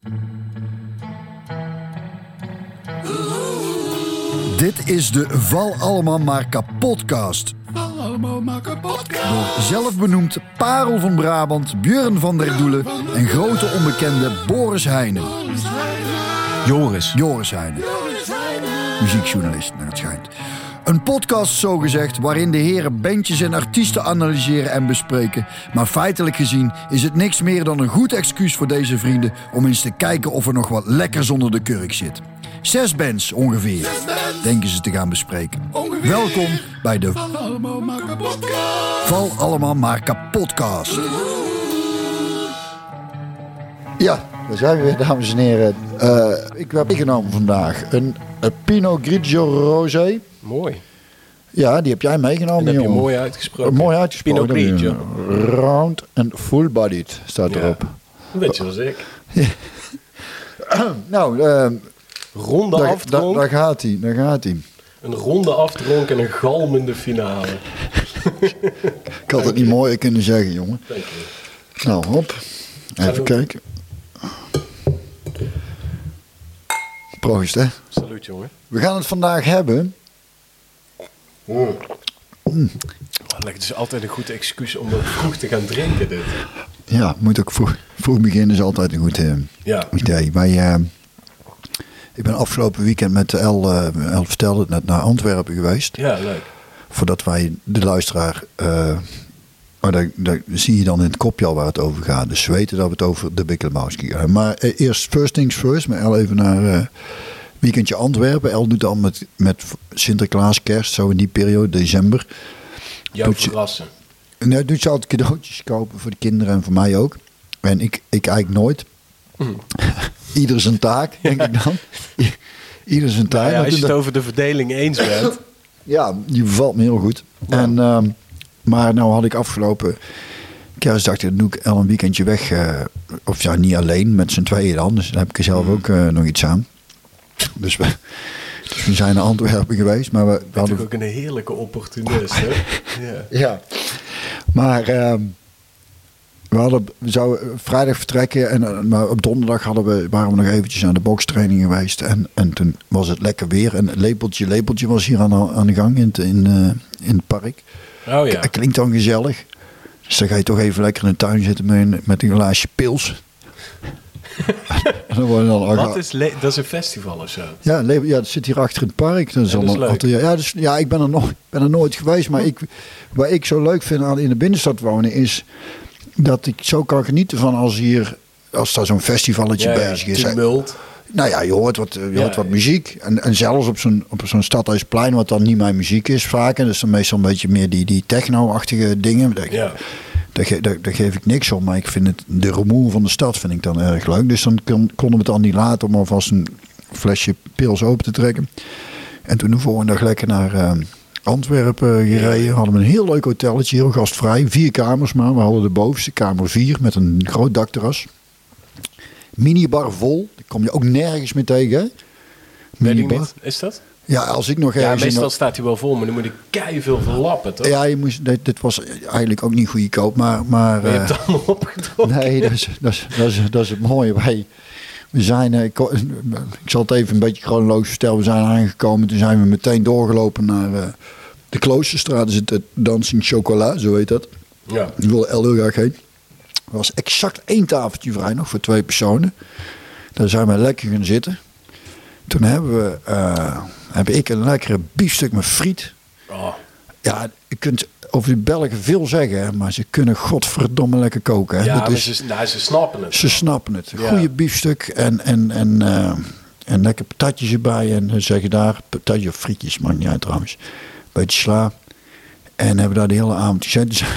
Dit is de Val Allemaal Maar Kapotcast. Val allemaal maar kapotcast. Door zelfbenoemd Parel van Brabant, Björn van der Doelen en grote onbekende Boris Heijnen. Joris Heijnen. Muziekjournalist, naar het schijnt. Een podcast zogezegd waarin de heren bandjes en artiesten analyseren en bespreken. Maar feitelijk gezien is het niks meer dan een goed excuus voor deze vrienden om eens te kijken of er nog wat lekkers onder de kurk zit. 6 bands ongeveer, denken ze te gaan bespreken. Welkom bij de Val allemaal maar kapotcast. Val Allemaal Maar Kapotcast. Ja, daar zijn we weer, dames en heren. Ik heb meegenomen vandaag een Pinot Grigio Rosé. Mooi. Ja, die heb jij meegenomen, En heb je jongen. mooi uitgesproken. Mooi uitgesproken. Pinot Grigio. Round and full-bodied staat Ja. erop. Een beetje zoals ik. Nou, Ronde daar afdronk. gaat hij. Een ronde afdronk en een galmende finale. Ik had het niet mooier kunnen zeggen, jongen. Dank je. Nou, hop. Even kijken. Proost, hè. Salut, jongen. We gaan het vandaag hebben. Oh, het is altijd een goed excuus om vroeg te gaan drinken, dit. Ja, moet ook vroeg beginnen, is altijd een goed Ja. idee. Ik ben afgelopen weekend met El vertelde het net, naar Antwerpen geweest. Ja, leuk. Voordat wij de luisteraar... daar zie je dan in het kopje al waar het over gaat. Dus we weten dat we het over de Big Lebowski gaan. Maar eerst first things first. Met El even naar weekendje Antwerpen. El doet dan met Sinterklaas, kerst, zo in die periode, december. Jou verrassen. Nou, doet ze altijd cadeautjes kopen voor de kinderen en voor mij ook. En ik eigenlijk nooit. Ieder zijn taak, denk ik dan. Ieder zijn taak. Nou ja, Maar als je toen het over de verdeling eens bent. ja, die bevalt me heel goed. Ja. En, maar nou had ik afgelopen kerstdag, dan doe ik El een weekendje weg. Of ja, niet alleen, met z'n tweeën dan. Dus daar heb ik er zelf ook nog iets aan. Dus we zijn naar Antwerpen geweest. Maar we hadden Toch ook een heerlijke opportunist, hè? Ja. ja. Maar we zouden vrijdag vertrekken. Maar op donderdag waren we nog eventjes aan de bokstraining geweest. En toen was het lekker weer. En lepeltje was hier aan de gang in het park. Oh ja. Het klinkt dan gezellig. Dus dan ga je toch even lekker in de tuin zitten met een glaasje pils. En dan worden dan Dat is een festival of zo? ja, dat zit hier achter in het park. Dat is Ja, dat is allemaal leuk. altijd, ik ben er nooit geweest. Maar wat ik zo leuk vind aan in de binnenstad wonen is dat ik zo kan genieten van als daar zo'n festivalletje bezig is. Tumult. Nou ja, je hoort wat muziek. En zelfs op zo'n stadhuisplein, wat dan niet mijn muziek is vaak. En dat is dan meestal een beetje meer die techno-achtige dingen. Ja. Daar geef ik niks om. Maar ik vind de rumoer van de stad vind ik dan erg leuk. Dus dan konden we het dan niet laten om alvast een flesje pils open te trekken. En toen de volgende dag lekker naar Antwerpen gereden. Hadden we een heel leuk hotelletje, heel gastvrij. 4 kamers maar. We hadden de bovenste kamer 4 met een groot dakterras. Minibar vol. Daar kom je ook nergens meer tegen. Hè? Weet ik Minibar. niet. Is dat? Ja, als ik nog Ja, ergens... meestal staat hij wel vol, maar dan moet ik keiveel verlappen, toch? Ja, dit was eigenlijk ook niet goedkoop, maar Maar je hebt het allemaal opgedronken. nee, dat is het mooie. We zijn, ik zal het even een beetje chronologisch vertellen. We zijn aangekomen, toen zijn we meteen doorgelopen naar de Kloosterstraat. Er zit het Dancing Chocolat, zo heet dat. Ja. Ik wilde El heel graag heen. Er was exact 1 tafeltje vrij nog voor 2 personen. Daar zijn we lekker gaan zitten. Toen heb ik een lekkere biefstuk met friet. Oh, Ja, je kunt over de Belgen veel zeggen, hè, maar ze kunnen godverdomme lekker koken. Hè. ja, Dat maar is, ze snappen het. ze snappen het. Ja. Goeie biefstuk en lekker patatjes erbij. En dan zeg je daar, patatje of frietjes, maakt niet uit trouwens. Beetje sla. En hebben daar de hele avond gezeten.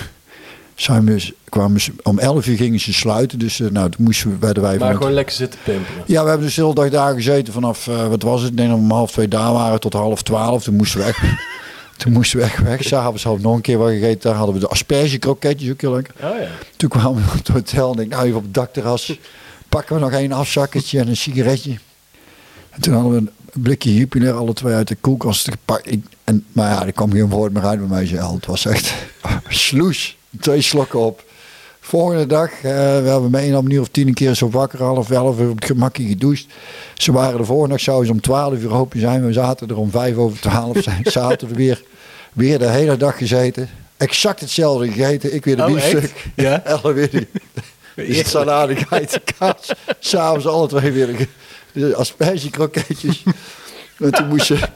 Om 11 uur gingen ze sluiten. Dus toen werden wij... Maar gewoon lekker zitten pimpelen. Ja, we hebben dus de hele dag daar gezeten vanaf, wat was het? Ik denk dat we om 11:30 daar waren tot 11:30. Toen moesten we weg. Toen moesten we echt weg. S'avonds hadden we nog een keer wat gegeten. Daar hadden we de aspergekroketjes, ook heel lekker. Oh ja. Toen kwamen we op het hotel en denk nou even op het dakterras. Pakken we nog 1 afzakketje en een sigaretje. En toen hadden we een blikje Jupiler alle 2 uit de koelkast gepakt. Maar ja, er kwam geen woord meer uit bij mij. Het was echt sloes. 2 slokken op. Volgende dag, we hebben me om 9:10 een keer zo wakker, 10:30 op het gemakje gedoucht. Ze waren de volgende dag, zouden ze om 12 uur open zijn. We zaten er om 11:05. Zaten we weer de hele dag gezeten. Exact hetzelfde gegeten. Ik weer de biefstuk. Ja? Elle weer de salade, geitenkaas. S'avonds alle twee weer de aspergekroketjes. En toen moest je...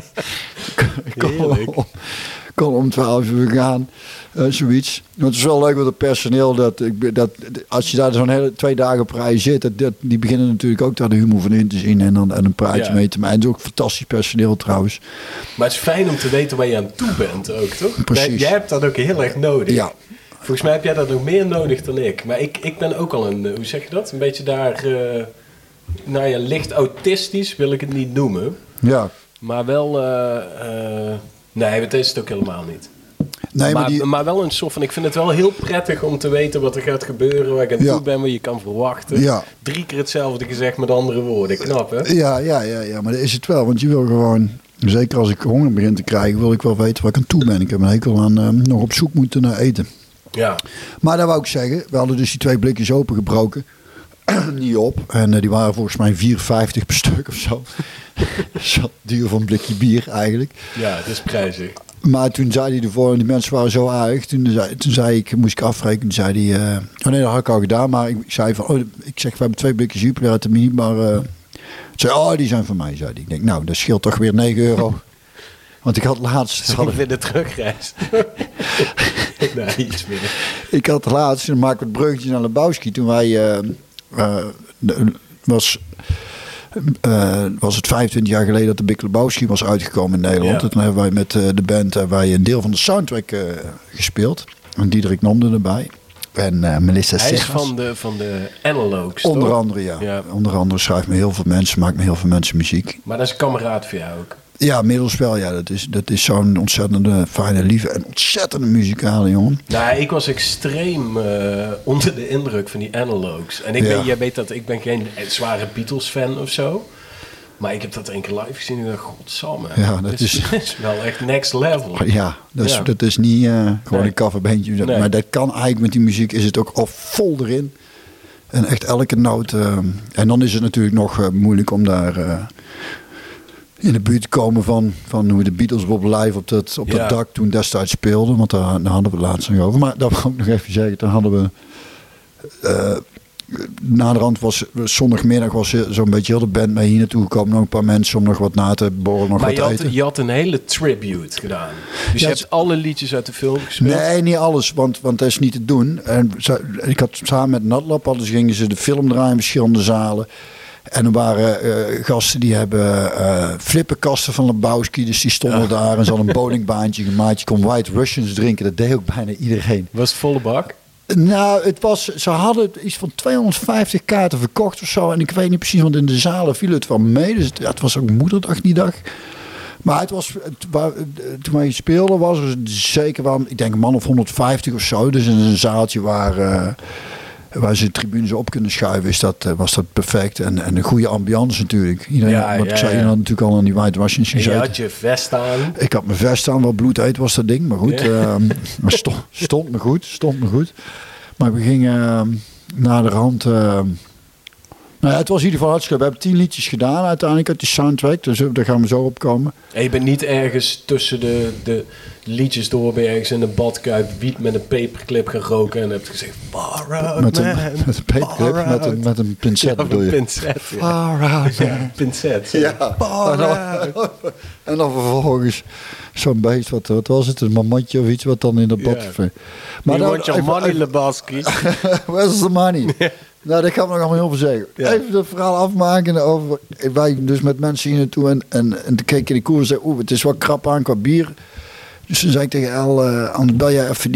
kon om 12 uur gaan. Zoiets. Want het is wel leuk met het personeel. Dat als je daar zo'n hele 2 dagen op rij zit. Die beginnen natuurlijk ook daar de humor van in te zien. En een praatje mee te maken. En het is ook fantastisch personeel trouwens. Maar het is fijn om te weten waar je aan toe bent ook, toch? Precies. Jij hebt dat ook heel erg nodig. Ja. Volgens mij heb jij dat nog meer nodig dan ik. Maar ik ben ook al een, hoe zeg je dat? Een beetje daar, licht autistisch wil ik het niet noemen. Ja. Maar wel, nee, dat is het ook helemaal niet. Nee, maar wel een soort van, ik vind het wel heel prettig om te weten wat er gaat gebeuren, waar ik aan toe ben, wat je kan verwachten. Ja. 3 keer hetzelfde gezegd met andere woorden. Knap, hè? Ja, maar dat is het wel. Want je wil gewoon, zeker als ik honger begin te krijgen, wil ik wel weten waar ik aan toe ben. Ik heb een hekel aan nog op zoek moeten naar eten. Ja. Maar dat wou ik zeggen, we hadden dus die 2 blikjes opengebroken. Niet op. En die waren volgens mij 4,50 per stuk of zo. Zo duur voor een blikje bier eigenlijk. Ja, het is prijzig. Maar toen zei hij ervoor, die mensen waren zo aardig. Toen zei ik, moest ik afrekenen. Toen zei hij, nee, dat had ik al gedaan. Maar ik zei van, ik zeg, we hebben 2 blikjes Jupiler uit de minibar. Zei, die zijn van mij, zei hij. Ik denk, nou, dat scheelt toch weer €9. Want ik had laatst... Ik weer de terugreis. Nee, iets meer. Ik had laatst, dan maak ik het bruggetje naar Lebowski. Toen wij... was het 25 jaar geleden dat de Big Lebowski was uitgekomen in Nederland. Ja. Toen hebben wij met de band een deel van de soundtrack gespeeld. En Diederik Nomde erbij. En Melissa Hij is Segers. van de Analogs, onder toch? andere, ja. Onder andere schrijft me heel veel mensen, maakt me heel veel mensen muziek. Maar dat is een kameraad voor jou ook? Ja, inmiddels wel. Ja. Dat is zo'n ontzettende fijne, lieve en ontzettende muzikale jongen. Nou, ik was extreem onder de indruk van die Analogs. En jij weet dat ik ben geen zware Beatles-fan of zo. Maar ik heb dat 1 keer live gezien en ik dacht, godsamme. Ja, dat is wel echt next level. Ja, dat is niet gewoon een coverbeentje. Nee. Maar dat kan eigenlijk met die muziek, is het ook al vol erin. En echt elke noot. En dan is het natuurlijk nog moeilijk om daar... in de buurt komen van hoe de Beatles op live op dat dak toen destijds speelden. Want daar hadden we het laatst nog over. Maar dat wil ik ook nog even zeggen. Dan hadden we... naderhand was zondagmiddag zo'n beetje heel de band mee hier naartoe gekomen. Nog een paar mensen om nog wat na te borrelen, nog wat eten. Je had een hele tribute gedaan. Dus je hebt alle liedjes uit de film gespeeld? Nee, niet alles, want dat is niet te doen. En ik had samen met Natlab, dus gingen ze de film draaien in verschillende zalen. En er waren gasten die hebben flippenkasten van Lebowski. Dus die stonden daar en ze hadden een bowlingbaantje gemaakt. Je kon White Russians drinken. Dat deed ook bijna iedereen. Was het volle bak? Nou, ze hadden iets van 250 kaarten verkocht of zo. En ik weet niet precies, want in de zalen viel het wel mee. Dus het was ook moederdag die dag. Maar het was, toen wij speelden was er zeker wel, ik denk een man of 150 of zo. Dus in een zaaltje waar ze de tribunes op kunnen schuiven, was dat perfect. En een goede ambiance natuurlijk. Iedereen, ik zei, je had natuurlijk al aan die White Russians gezeten. En je had je vest aan. Ik had mijn vest aan, wel bloedheet was dat ding. Maar goed, maar stond me goed. Maar we gingen naar de rand... het was in ieder geval hartstikke. We hebben 10 liedjes gedaan uiteindelijk uit die soundtrack. Dus daar gaan we zo op komen. En je bent niet ergens tussen de liedjes door bij ergens in een badkuip wiet met een paperclip gaan roken en hebt gezegd far out met een paperclip met een pincet bedoel je? Pincet, ja. Far out man. Pincet. Ja. En dan vervolgens zo'n beest, wat was het? Een mamantje of iets wat dan in de bad... Maar dan want je money, Lebowski. Where's the money? Nou, daar gaan we nog allemaal heel veel zeggen. Ja. Even het verhaal afmaken over... Wij dus met mensen hier naartoe en toen keek ik in de koers en zei... het is wel krap aan qua bier. Dus toen zei ik tegen El... bel jij even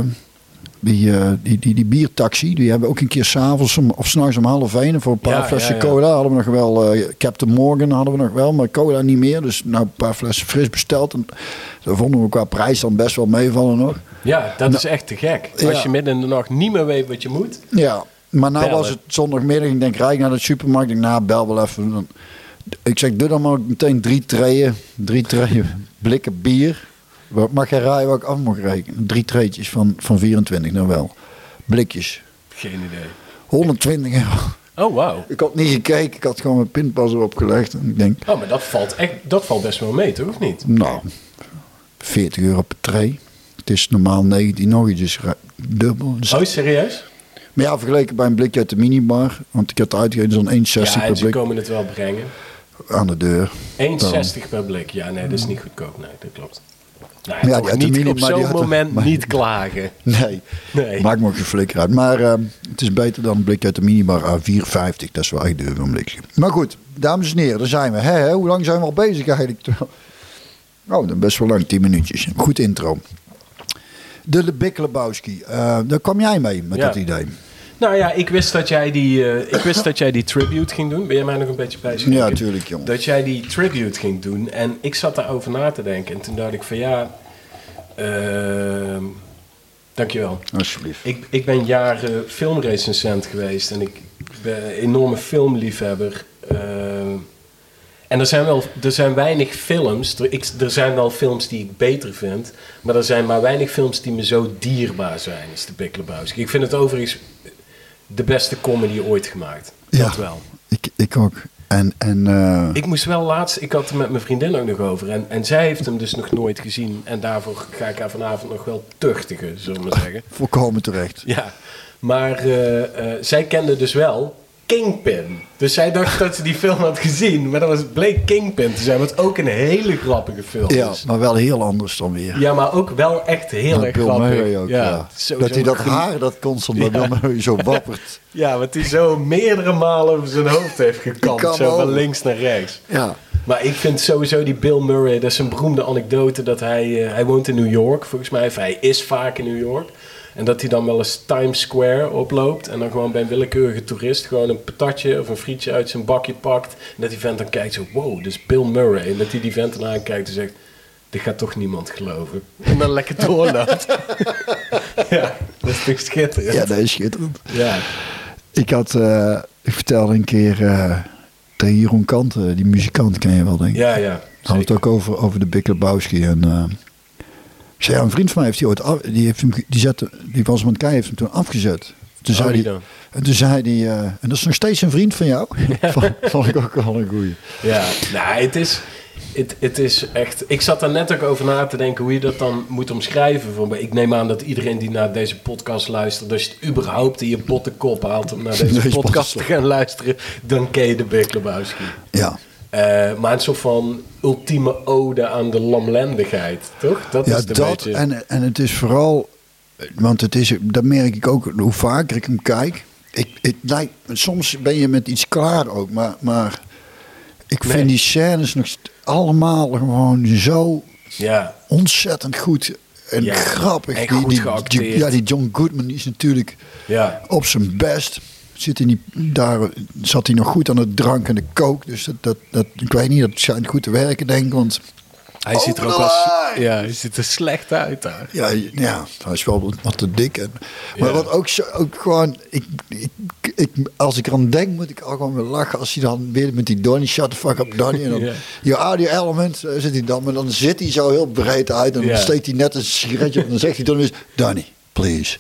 die biertaxi. Die hebben we ook een keer 's avonds of 's nachts om 12:30 voor een paar flessen cola. Hadden we nog wel... Captain Morgan hadden we nog wel, maar cola niet meer. Dus nou een paar flessen fris besteld. En dat vonden we qua prijs dan best wel meevallen nog. Ja, dat is echt te gek. Als je midden in de nacht niet meer weet wat je moet... Ja. Maar nou was het zondagmiddag. Ik denk, rijd naar de supermarkt. Ik denk, bel wel even. Ik zeg, doe dan maar meteen 3 treien blikken bier. Mag jij rijden wat ik af mag rekenen? 3 treetjes van 24 nou wel. blikjes. Geen idee. 120 euro. Oh, wauw. Ik had niet gekeken, ik had gewoon mijn pinpas erop gelegd. En ik denk, Oh, maar dat valt best wel mee, toch? Of niet? nou, 40 euro per tray. Het is normaal 19 nog iets, dus dubbel. Dus, Oh, serieus? maar ja, vergeleken bij een blikje uit de minibar. Want ik had uitgegeven zo'n 1,60 Ja, en per ze blik komen het wel brengen. aan de deur. 1,60 per blik. Ja, nee, dat is niet goedkoop. Nee, dat klopt. Nou, Ja, toch die uit de niet op minibar, die zo'n had er- moment maar- niet klagen. Nee, maakt me ook geen flikker uit. Maar het is beter dan een blikje uit de minibar aan 4,50. Dat is wel echt duur voor een blikje. Maar goed, dames en heren, daar zijn we. Hè? Hoe lang zijn we al bezig eigenlijk? Oh, dat is best wel lang, 10 minuutjes. Goed intro. De Big Lebowski. Daar kwam jij mee met dat idee. Nou ja, ik wist dat jij die tribute ging doen. Ben jij mij nog een beetje bij? Ja, tuurlijk, jongen. Dat jij die tribute ging doen. En ik zat daarover na te denken. En toen dacht ik van ja... dankjewel. Alsjeblieft. Ik ben jaren filmrecensent geweest. En ik ben een enorme filmliefhebber. En er zijn weinig films. Er zijn wel films die ik beter vind. Maar er zijn maar weinig films die me zo dierbaar zijn als de Big Lebowski. Ik vind het overigens de beste comedy ooit gemaakt. Ja, Dat wel. Ik ook. Ik moest wel laatst... Ik had het met mijn vriendin ook nog over. En zij heeft hem dus nog nooit gezien. En daarvoor ga ik haar vanavond nog wel tuchtigen, zullen we maar zeggen. Volkomen terecht. Ja, maar zij kende dus wel Kingpin. Dus zij dacht dat ze die film had gezien. Maar dat bleek Kingpin te zijn. Wat ook een hele grappige film Ja, is. maar wel heel anders dan weer. Ja, maar ook wel echt heel erg Bill grappig. Murray ook, ja. sowieso Dat hij dat goed. haar dat constant bij Bill Murray zo wappert. Ja, wat hij zo meerdere malen over zijn hoofd heeft gekampt. Kan Zo van ook. links naar rechts. Ja. Maar ik vind sowieso die Bill Murray, dat is een beroemde anekdote dat hij woont in New York, volgens mij. Of hij is vaak in New York. En dat hij dan wel eens Times Square oploopt en dan gewoon bij een willekeurige toerist gewoon een patatje of een frietje uit zijn bakje pakt. En dat die vent dan kijkt zo, wow, dit is Bill Murray. En dat hij die vent dan aankijkt en zegt, dit gaat toch niemand geloven. En dan lekker doorloopt. Ja, dat is toch schitterend. Ja, dat is schitterend. Ja. Ik vertelde een keer tegen Jeroen Kant, die muzikant ken je wel, denk ik. Ja, ja. Had het ook over de Big Lebowski. En ik zei, ja, een vriend van mij heeft die ooit die was hem aan het kijken, heeft hem toen afgezet. Toen zei hij, dan? en toen zei hij, en dat is nog steeds een vriend van jou? Vond ik ook wel een goeie. Ja, nou, het is echt... Ik zat daar net ook over na te denken hoe je dat dan moet omschrijven. Ik neem aan dat iedereen die naar deze podcast luistert, als je het überhaupt in je botte kop haalt om naar deze podcast te gaan luisteren, dan ken je de Big Lebowski. Ja. Maar een soort van ultieme ode aan de lamlendigheid, toch? Dat Ja, is de dat beetje... en het is vooral, want dat merk ik ook hoe vaker ik hem kijk. Soms ben je met iets klaar ook, maar ik vind die scènes nog allemaal gewoon zo ontzettend goed en grappig. En goed geacteerd. Die John Goodman die is natuurlijk op zijn best. Zat hij nog goed aan het drank en de coke. Dus ik weet niet, dat schijnt goed te werken, denk ik. Want hij ziet er ook hij ziet er slecht uit daar. Ja, hij is wel wat te dik. Maar wat ook gewoon... als ik eraan denk, moet ik al gewoon weer lachen. Als hij dan weer met die Donnie, shut the fuck up Donnie. En dan, je audio element, zit hij dan. Maar dan zit hij zo heel breed uit. En dan steekt hij net een sigaretje op. En dan zegt hij Donnie, Donnie, please.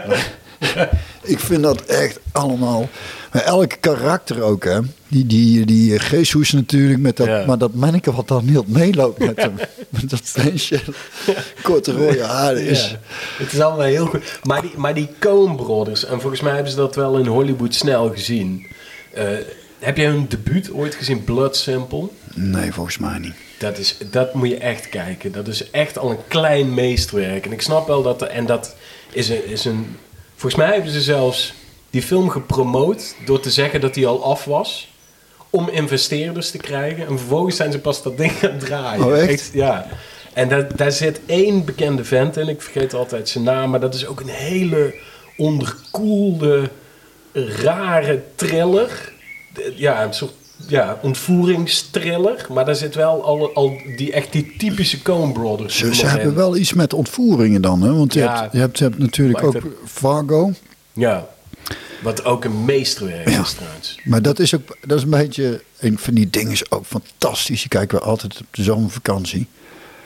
Ik vind dat echt allemaal... Maar elke karakter ook, hè. Die Jesus natuurlijk, met dat, maar dat manneke wat dan heel meeloopt met hem. Met dat feestje, korte rode haren is... Ja, het is allemaal heel goed. Maar die Coen Brothers, en volgens mij hebben ze dat wel in Hollywood snel gezien. Heb jij hun debuut ooit gezien, Blood Simple? Nee, volgens mij niet. Dat moet je echt kijken. Dat is echt al een klein meesterwerk. En ik snap wel dat... En dat is een... Volgens mij hebben ze zelfs die film gepromoot door te zeggen dat hij al af was. Om investeerders te krijgen. En vervolgens zijn ze pas dat ding gaan draaien. Oh, echt? Ja. En daar zit één bekende vent in. Ik vergeet altijd zijn naam. Maar dat is ook een hele onderkoelde, rare thriller. Ja, een soort ontvoeringstriller. Maar daar zit wel al die typische Coen Brothers. Ze hebben wel iets met ontvoeringen dan, hè? Want je hebt natuurlijk ook Fargo. Ja. Wat ook een meesterwerk is trouwens. Maar dat is een beetje... Een van die dingen is ook fantastisch. Die kijken we altijd op de zomervakantie.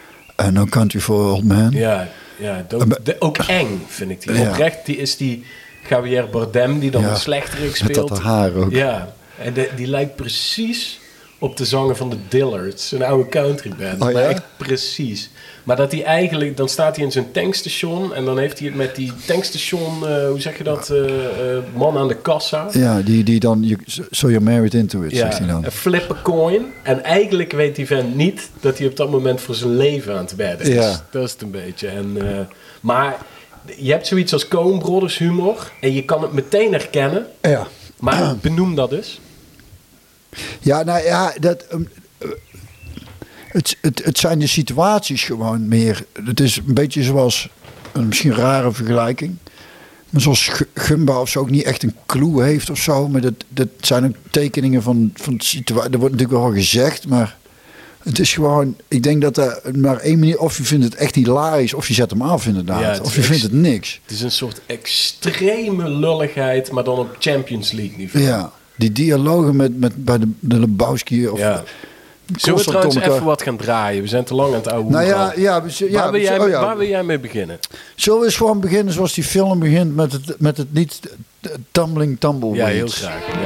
No Country for Old Men. Ja, ook eng vind ik die. Oprecht, Javier Bardem, die dan de slechterik speelt. Met dat haar ook. Ja, en die lijkt precies op de zanger van de Dillards. Een oude countryband. Oh, ja? Maar echt precies. Maar dat hij eigenlijk... Dan staat hij in zijn tankstation. En dan heeft hij het met die tankstation... hoe zeg je dat? Man aan de kassa. Ja, die dan... So you're married into it, zegt hij dan. Flip a coin. En eigenlijk weet die vent niet... dat hij op dat moment voor zijn leven aan het bedden is. Ja. Dat is het een beetje. Maar je hebt zoiets als Coen Brothers humor. En je kan het meteen herkennen. Ja. Maar benoem dat dus. Ja, nou ja, het zijn de situaties gewoon meer. Het is een beetje zoals, een misschien rare vergelijking. Maar zoals Gumba of zo ook niet echt een clue heeft of zo. Maar dat zijn ook tekeningen van de situatie. Dat wordt natuurlijk wel gezegd, maar het is gewoon... Ik denk dat er maar één manier... Of je vindt het echt hilarisch, of je zet hem af inderdaad. Of je vindt het niks. Het is een soort extreme lulligheid, maar dan op Champions League niveau. Ja, die dialogen bij de Lebowski of... Ja. Zullen we trouwens even wat gaan draaien? We zijn te lang aan het oude nou waar wil jij mee beginnen? Zullen we eens gewoon beginnen zoals die film begint met het lied Tumbling Tumbleweeds? Ja, heel graag. Ja.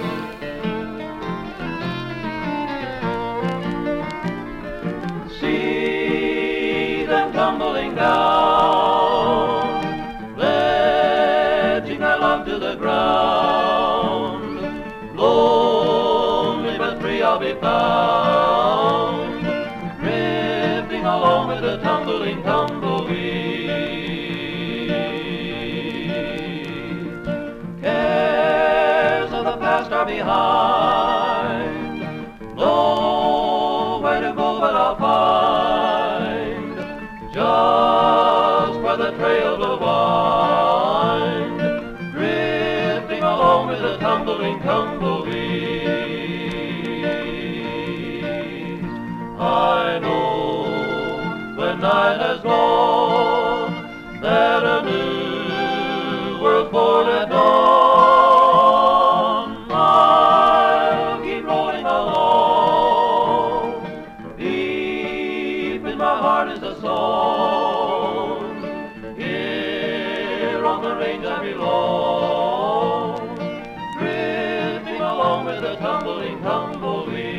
See them tumbling down, pledging their love to the ground. Lonely but free I'll be found, drifting along with the tumbling tumbleweed. Cares of the past are behind, nowhere to go but I'll find just where the trail will wind, drifting along with the tumbling tumbleweed. I know when night has gone that a new world's born at dawn. I'll keep rolling along, deep in my heart is a song. Here on the range I belong, drifting along with the tumbling tumbleweed.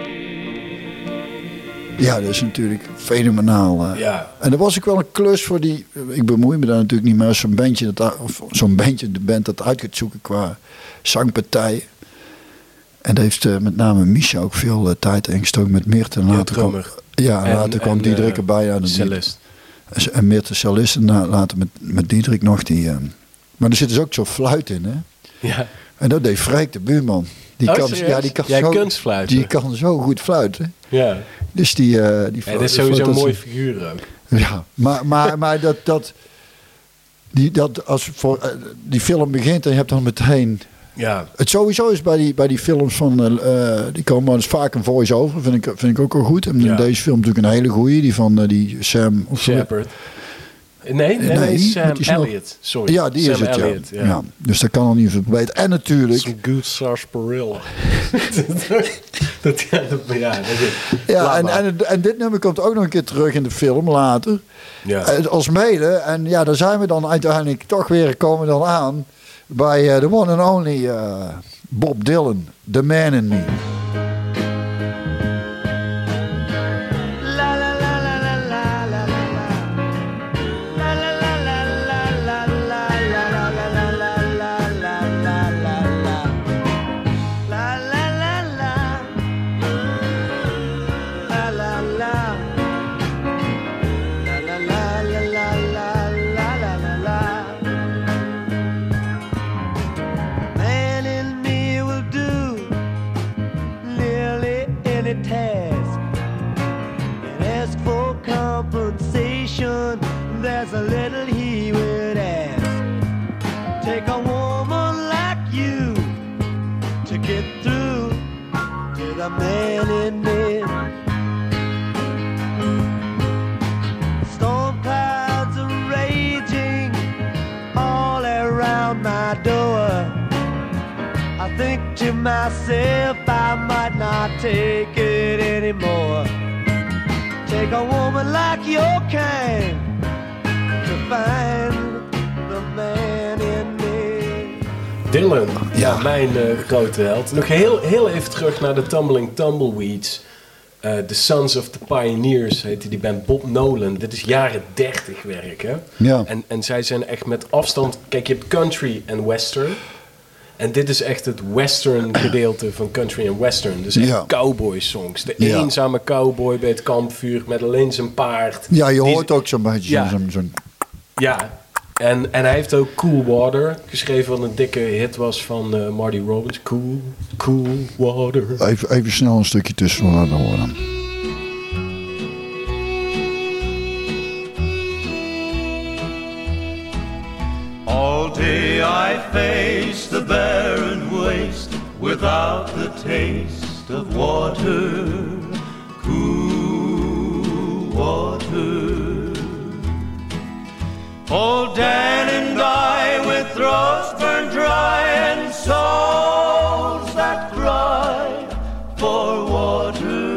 Ja, dat is natuurlijk fenomenaal. Ja. En er was ook wel een klus voor die... Ik bemoei me daar natuurlijk niet mee als zo'n bandje, de band dat uit gaat zoeken qua zangpartijen. En daar heeft met name Misha ook veel tijd ingestoken met Meert. En later kwam Diederik erbij. Ja, cellist. En Meert de cellist. En later met Diederik nog die... maar er zit dus ook zo'n fluit in, hè? Ja. En dat deed Freek, de buurman. Die kan zo goed fluiten. Ja. Dus die dat is sowieso een mooi figuur ook. Ja, maar als voor die film begint en je hebt dan meteen... Ja. Het sowieso is bij die films van... die komen wel eens vaak een voice-over. Vind ik ook wel goed. En deze film natuurlijk een hele goeie. Die van die Sam... Shepard. Nee, Sam Elliott. Sorry. Ja, die Sam is het, Elliott, ja. Ja. Dus dat kan al niet verbeteren. En natuurlijk... Some good sarsaparilla. En dit nummer komt ook nog een keer terug in de film later. Ja. Als mede. En ja, daar zijn we dan uiteindelijk toch weer komen dan aan... bij the one and only Bob Dylan. The Man in Me. There's a little he would ask. Take a woman like you to get through to the man in me. Storm clouds are raging all around my door. I think to myself I might not take it anymore. Take a woman like your kind to find the man in me. Dylan, ja, mijn grote held. Nog heel even terug naar de Tumbling Tumbleweeds. The Sons of the Pioneers heette die band. Bob Nolan. Dit is jaren 30 werk, hè? Ja. En zij zijn echt met afstand... Kijk, je hebt country en western. En dit is echt het western gedeelte van country en western. Dus echt cowboy songs. De eenzame cowboy bij het kampvuur met alleen zijn paard. Ja, je hoort ook zo'n beetje zo'n... Ja, en hij heeft ook Cool Water geschreven, wat een dikke hit was van Marty Robbins. Cool Water. Even snel een stukje tussen laten horen. All day I face the barren waste without the taste of water, cool water. Old Dan and I with throats burned dry and souls that cry for water,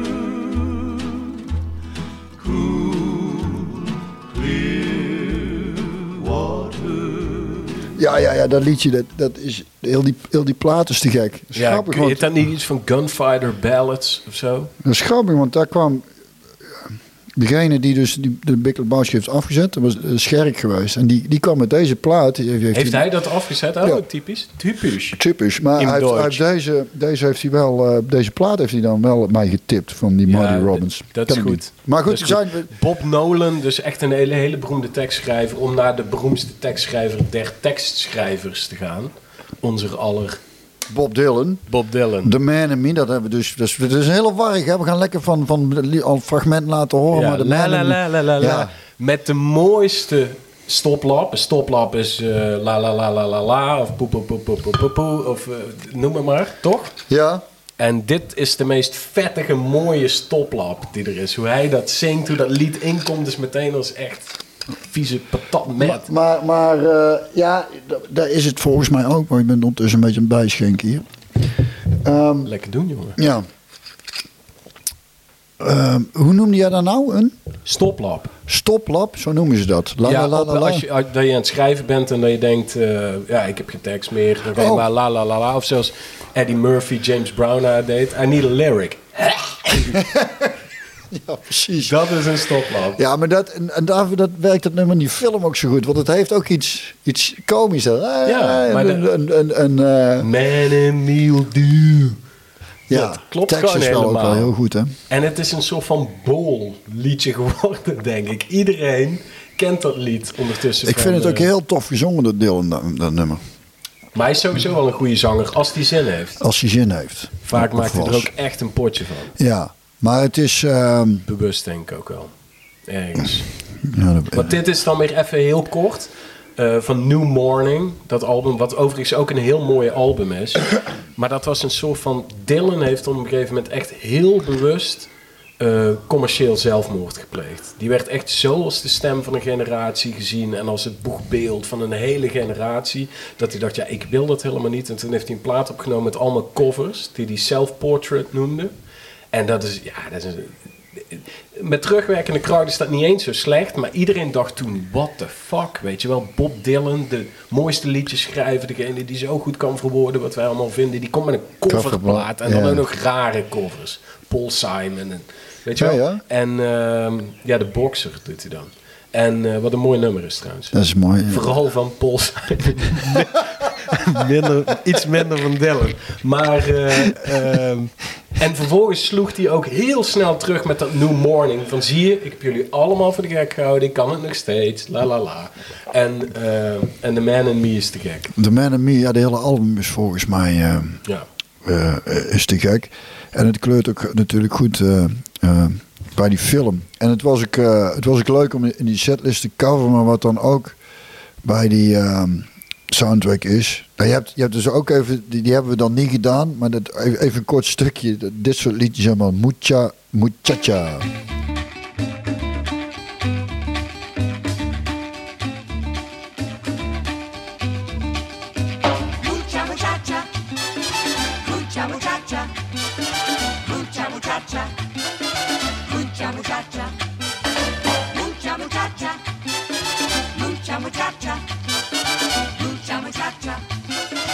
cool, clear water. Ja, dat liedje, dat is... Heel die plaat is te gek. Ja, is dat niet iets van Gunfighter Ballads of zo? Dat is grappig, want daar kwam... Degene die dus de Big Lebowski heeft afgezet, dat was Scherk geweest. En die kwam met deze plaat. Heeft hij dat afgezet? Oh, ja. Typisch. Maar deze heeft hij wel, deze plaat heeft hij dan wel mij getipt van die Marty Robbins. Dat is goed. Niet. Maar goed, Bob Nolan, dus echt een hele beroemde tekstschrijver, om naar de beroemdste tekstschrijver der tekstschrijvers te gaan. Onze aller... Bob Dylan. The Man in Me, dat hebben we dus. Het is heel warrig. Hè? We gaan lekker van al fragmenten laten horen. Ja, maar de ja. Met de mooiste stoplap. Een stoplap is la of poe of noem maar, toch? Ja. En dit is de meest vettige, mooie stoplap die er is. Hoe hij dat zingt, hoe dat lied inkomt, is meteen als echt... vieze patat met. Maar daar is het volgens mij ook. Maar ik ben ondertussen een beetje een bijschenk hier. Lekker doen, jongen. Ja. Hoe noemde jij dat nou? Een? Stoplap, zo noemen ze dat. Als je aan het schrijven bent en dat je denkt... ik heb geen tekst meer. Dan ga je maar la. Of zoals Eddie Murphy, James Brown deed. I need a lyric. Ja, precies. Dat is een stoplap. Ja, maar dat werkt dat nummer in die film ook zo goed. Want het heeft ook iets komisch. Maar Man in Meal Do. Ja, dat klopt tekst gewoon is wel helemaal. ook wel heel goed, hè? En het is een soort van liedje geworden, denk ik. Iedereen kent dat lied ondertussen. Ik vind het ook heel tof gezongen, dat Dylan, dat nummer. Maar hij is sowieso wel een goede zanger, als hij zin heeft. Als hij zin heeft. Vaak maakt hij er ook echt een potje van. Ja, maar het is... Bewust denk ik ook wel. Ergens. Ja, Want dit is dan weer even heel kort... van New Morning, dat album, wat overigens ook een heel mooie album is. Maar dat was een soort van... Dylan heeft op een gegeven moment echt heel bewust commercieel zelfmoord gepleegd. Die werd echt zo als de stem van een generatie gezien en als het boegbeeld van een hele generatie, dat hij dacht, ja, ik wil dat helemaal niet. En toen heeft hij een plaat opgenomen met allemaal covers, die hij self-portrait noemde. En dat is met terugwerkende kracht is dat niet eens zo slecht, maar iedereen dacht toen, what the fuck, weet je wel, Bob Dylan, de mooiste liedjes schrijven, degene die zo goed kan verwoorden wat wij allemaal vinden, die komt met een coverplaat en dan ook nog rare covers. Paul Simon, en, weet je wel. Ja. En de Boxer doet hij dan. En wat een mooi nummer is trouwens. Dat is mooi. Ja. Vooral van Paul Simon. Iets minder van Dylan. Maar... en vervolgens sloeg hij ook heel snel terug met dat New Morning. Van zie je, ik heb jullie allemaal voor de gek gehouden. Ik kan het nog steeds. La la la. En The Man in Me is te gek. The Man in Me, ja, de hele album is volgens mij is te gek. En het kleurt ook natuurlijk goed bij die film. En het was ook leuk om in die setlist te coveren. Maar wat dan ook bij die... soundtrack is. Nou, je hebt dus ook even, die hebben we dan niet gedaan, maar even een kort stukje. Dit soort liedjes, zeg maar, Mucha Muchacha. Mucha muchacha, mucha muchacha, mucha muchacha, mucha muchacha, mucha muchacha, mucha muchacha. Mucha muchacha,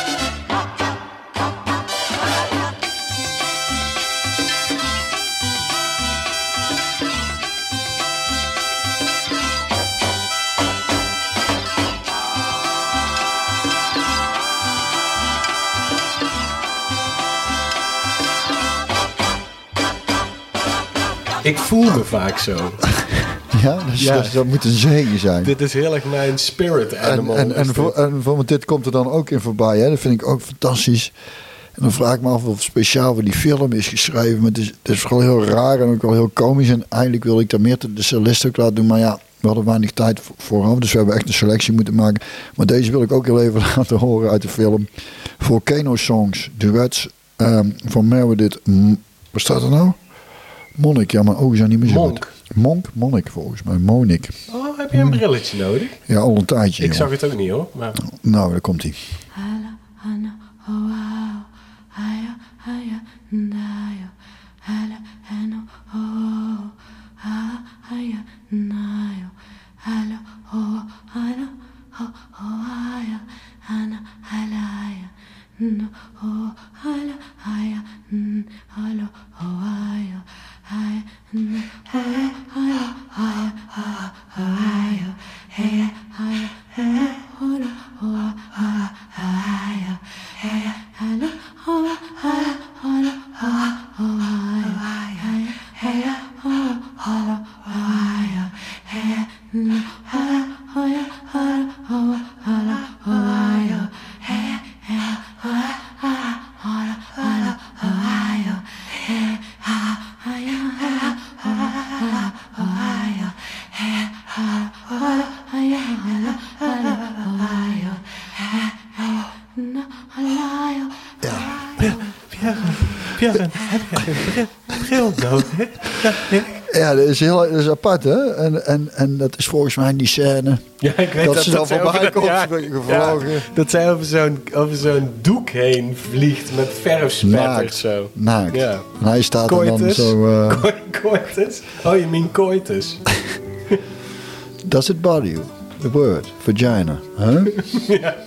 Ik voel me vaak zo. Ja, dus dat moet een zegen zijn. Dit is heel erg mijn spirit animal. En dit komt er dan ook in voorbij. Hè? Dat vind ik ook fantastisch. En dan vraag ik me af of het speciaal voor die film is geschreven. Maar het is vooral heel raar en ook wel heel komisch. En eigenlijk wil ik daar meer de cellist ook laten doen. Maar ja, we hadden weinig tijd vooraf. Dus we hebben echt een selectie moeten maken. Maar deze wil ik ook heel even laten horen uit de film. Volcano Songs, duets van Meredith. Wat staat er nou? Monnik, ja, mijn ogen zijn niet meer zo goed. Monnik volgens mij, Monik. Oh, heb je een brilletje nodig? Ja, al een tijdje. Ik zag het ook niet hoor. Maar... Nou, daar komt hij. Björn, heb jij een bril nodig? Ja, dat is apart, hè? En dat is volgens mij die scène. Ja, ik weet dat ze dan voorbij komt, gevlogen. Ja, dat zij over zo'n doek heen vliegt met verfspetters zo. Naakt. Ja. En hij staat Coitus. er dan zo... Coitus? Oh, je mean coitus. Does it bother you? The word, vagina. Huh? Ja.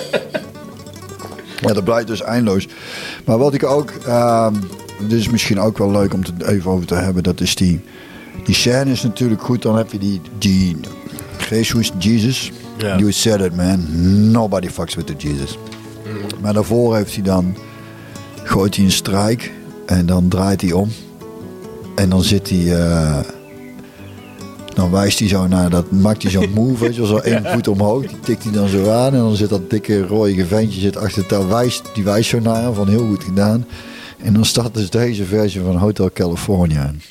Ja, dat blijft dus eindeloos. Maar wat ik ook... dit is misschien ook wel leuk om het even over te hebben. Dat is die scène is natuurlijk goed. Dan heb je die Jesus. Ja. You said it, man. Nobody fucks with the Jesus. Maar daarvoor heeft hij dan... gooit hij een strijk. En dan draait hij om. En dan zit hij... dan wijst hij zo naar dat, maakt hij zo'n move, weet je wel, zo één voet omhoog, die tikt hij dan zo aan en dan zit dat dikke rode ventje zit achter het, die wijst zo naar hem van heel goed gedaan. En dan staat dus deze versie van Hotel California in.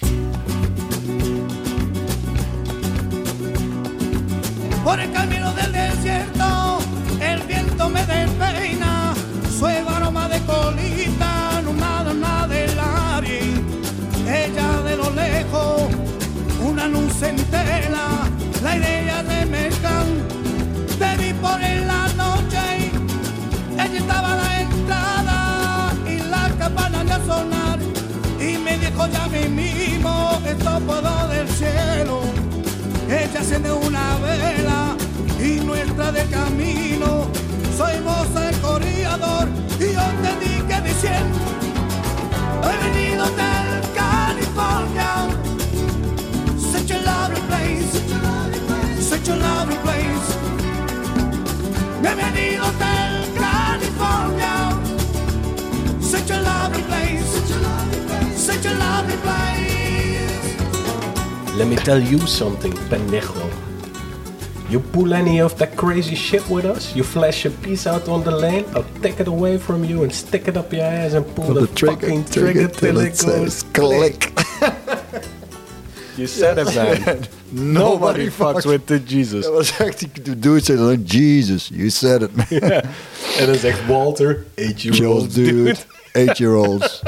Por el camino del desierto, el viento me despeina, suave aroma de colita, no nada del aire, ella de lo lejos, una luz entera, la idea de mezclar, te vi por en la noche, ella estaba a la entrada y la campana de sonar, y me dijo ya mismo, esto puedo del cielo. Ella enciende una vela y nuestra de camino. Soy moza el corredor y yo te dije diciendo: he venido del California, such a lovely place, such a lovely place. He venido del California, such a lovely place, such a lovely place. Let me tell you something, pendejo. You pull any of that crazy shit with us, you flash a piece out on the lane, I'll take it away from you and stick it up your ass and pull the fucking trigger till it goes click. You said it, man. Nobody fucks with the Jesus. Dat was echt, die dude zei dan, Jesus, you said it, man. Ja. En dan zegt Walter, 8-year-olds, dude. 8-year-olds.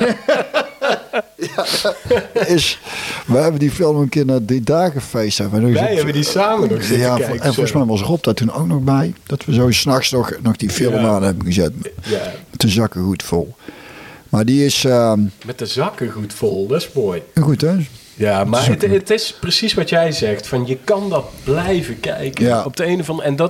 Ja, we hebben die film een keer naar die dagenfeest. Wij hebben die samen nog zitten kijken. En volgens mij was Rob daar toen ook nog bij. Dat we zo 's nachts nog die film aan hebben gezet. Ja. De zakken goed vol. Maar die is... Met de zakken goed vol, dat is mooi. Goed, hè? Ja, maar het is precies wat jij zegt. Van je kan dat blijven kijken. Ja. Op de een of andere... En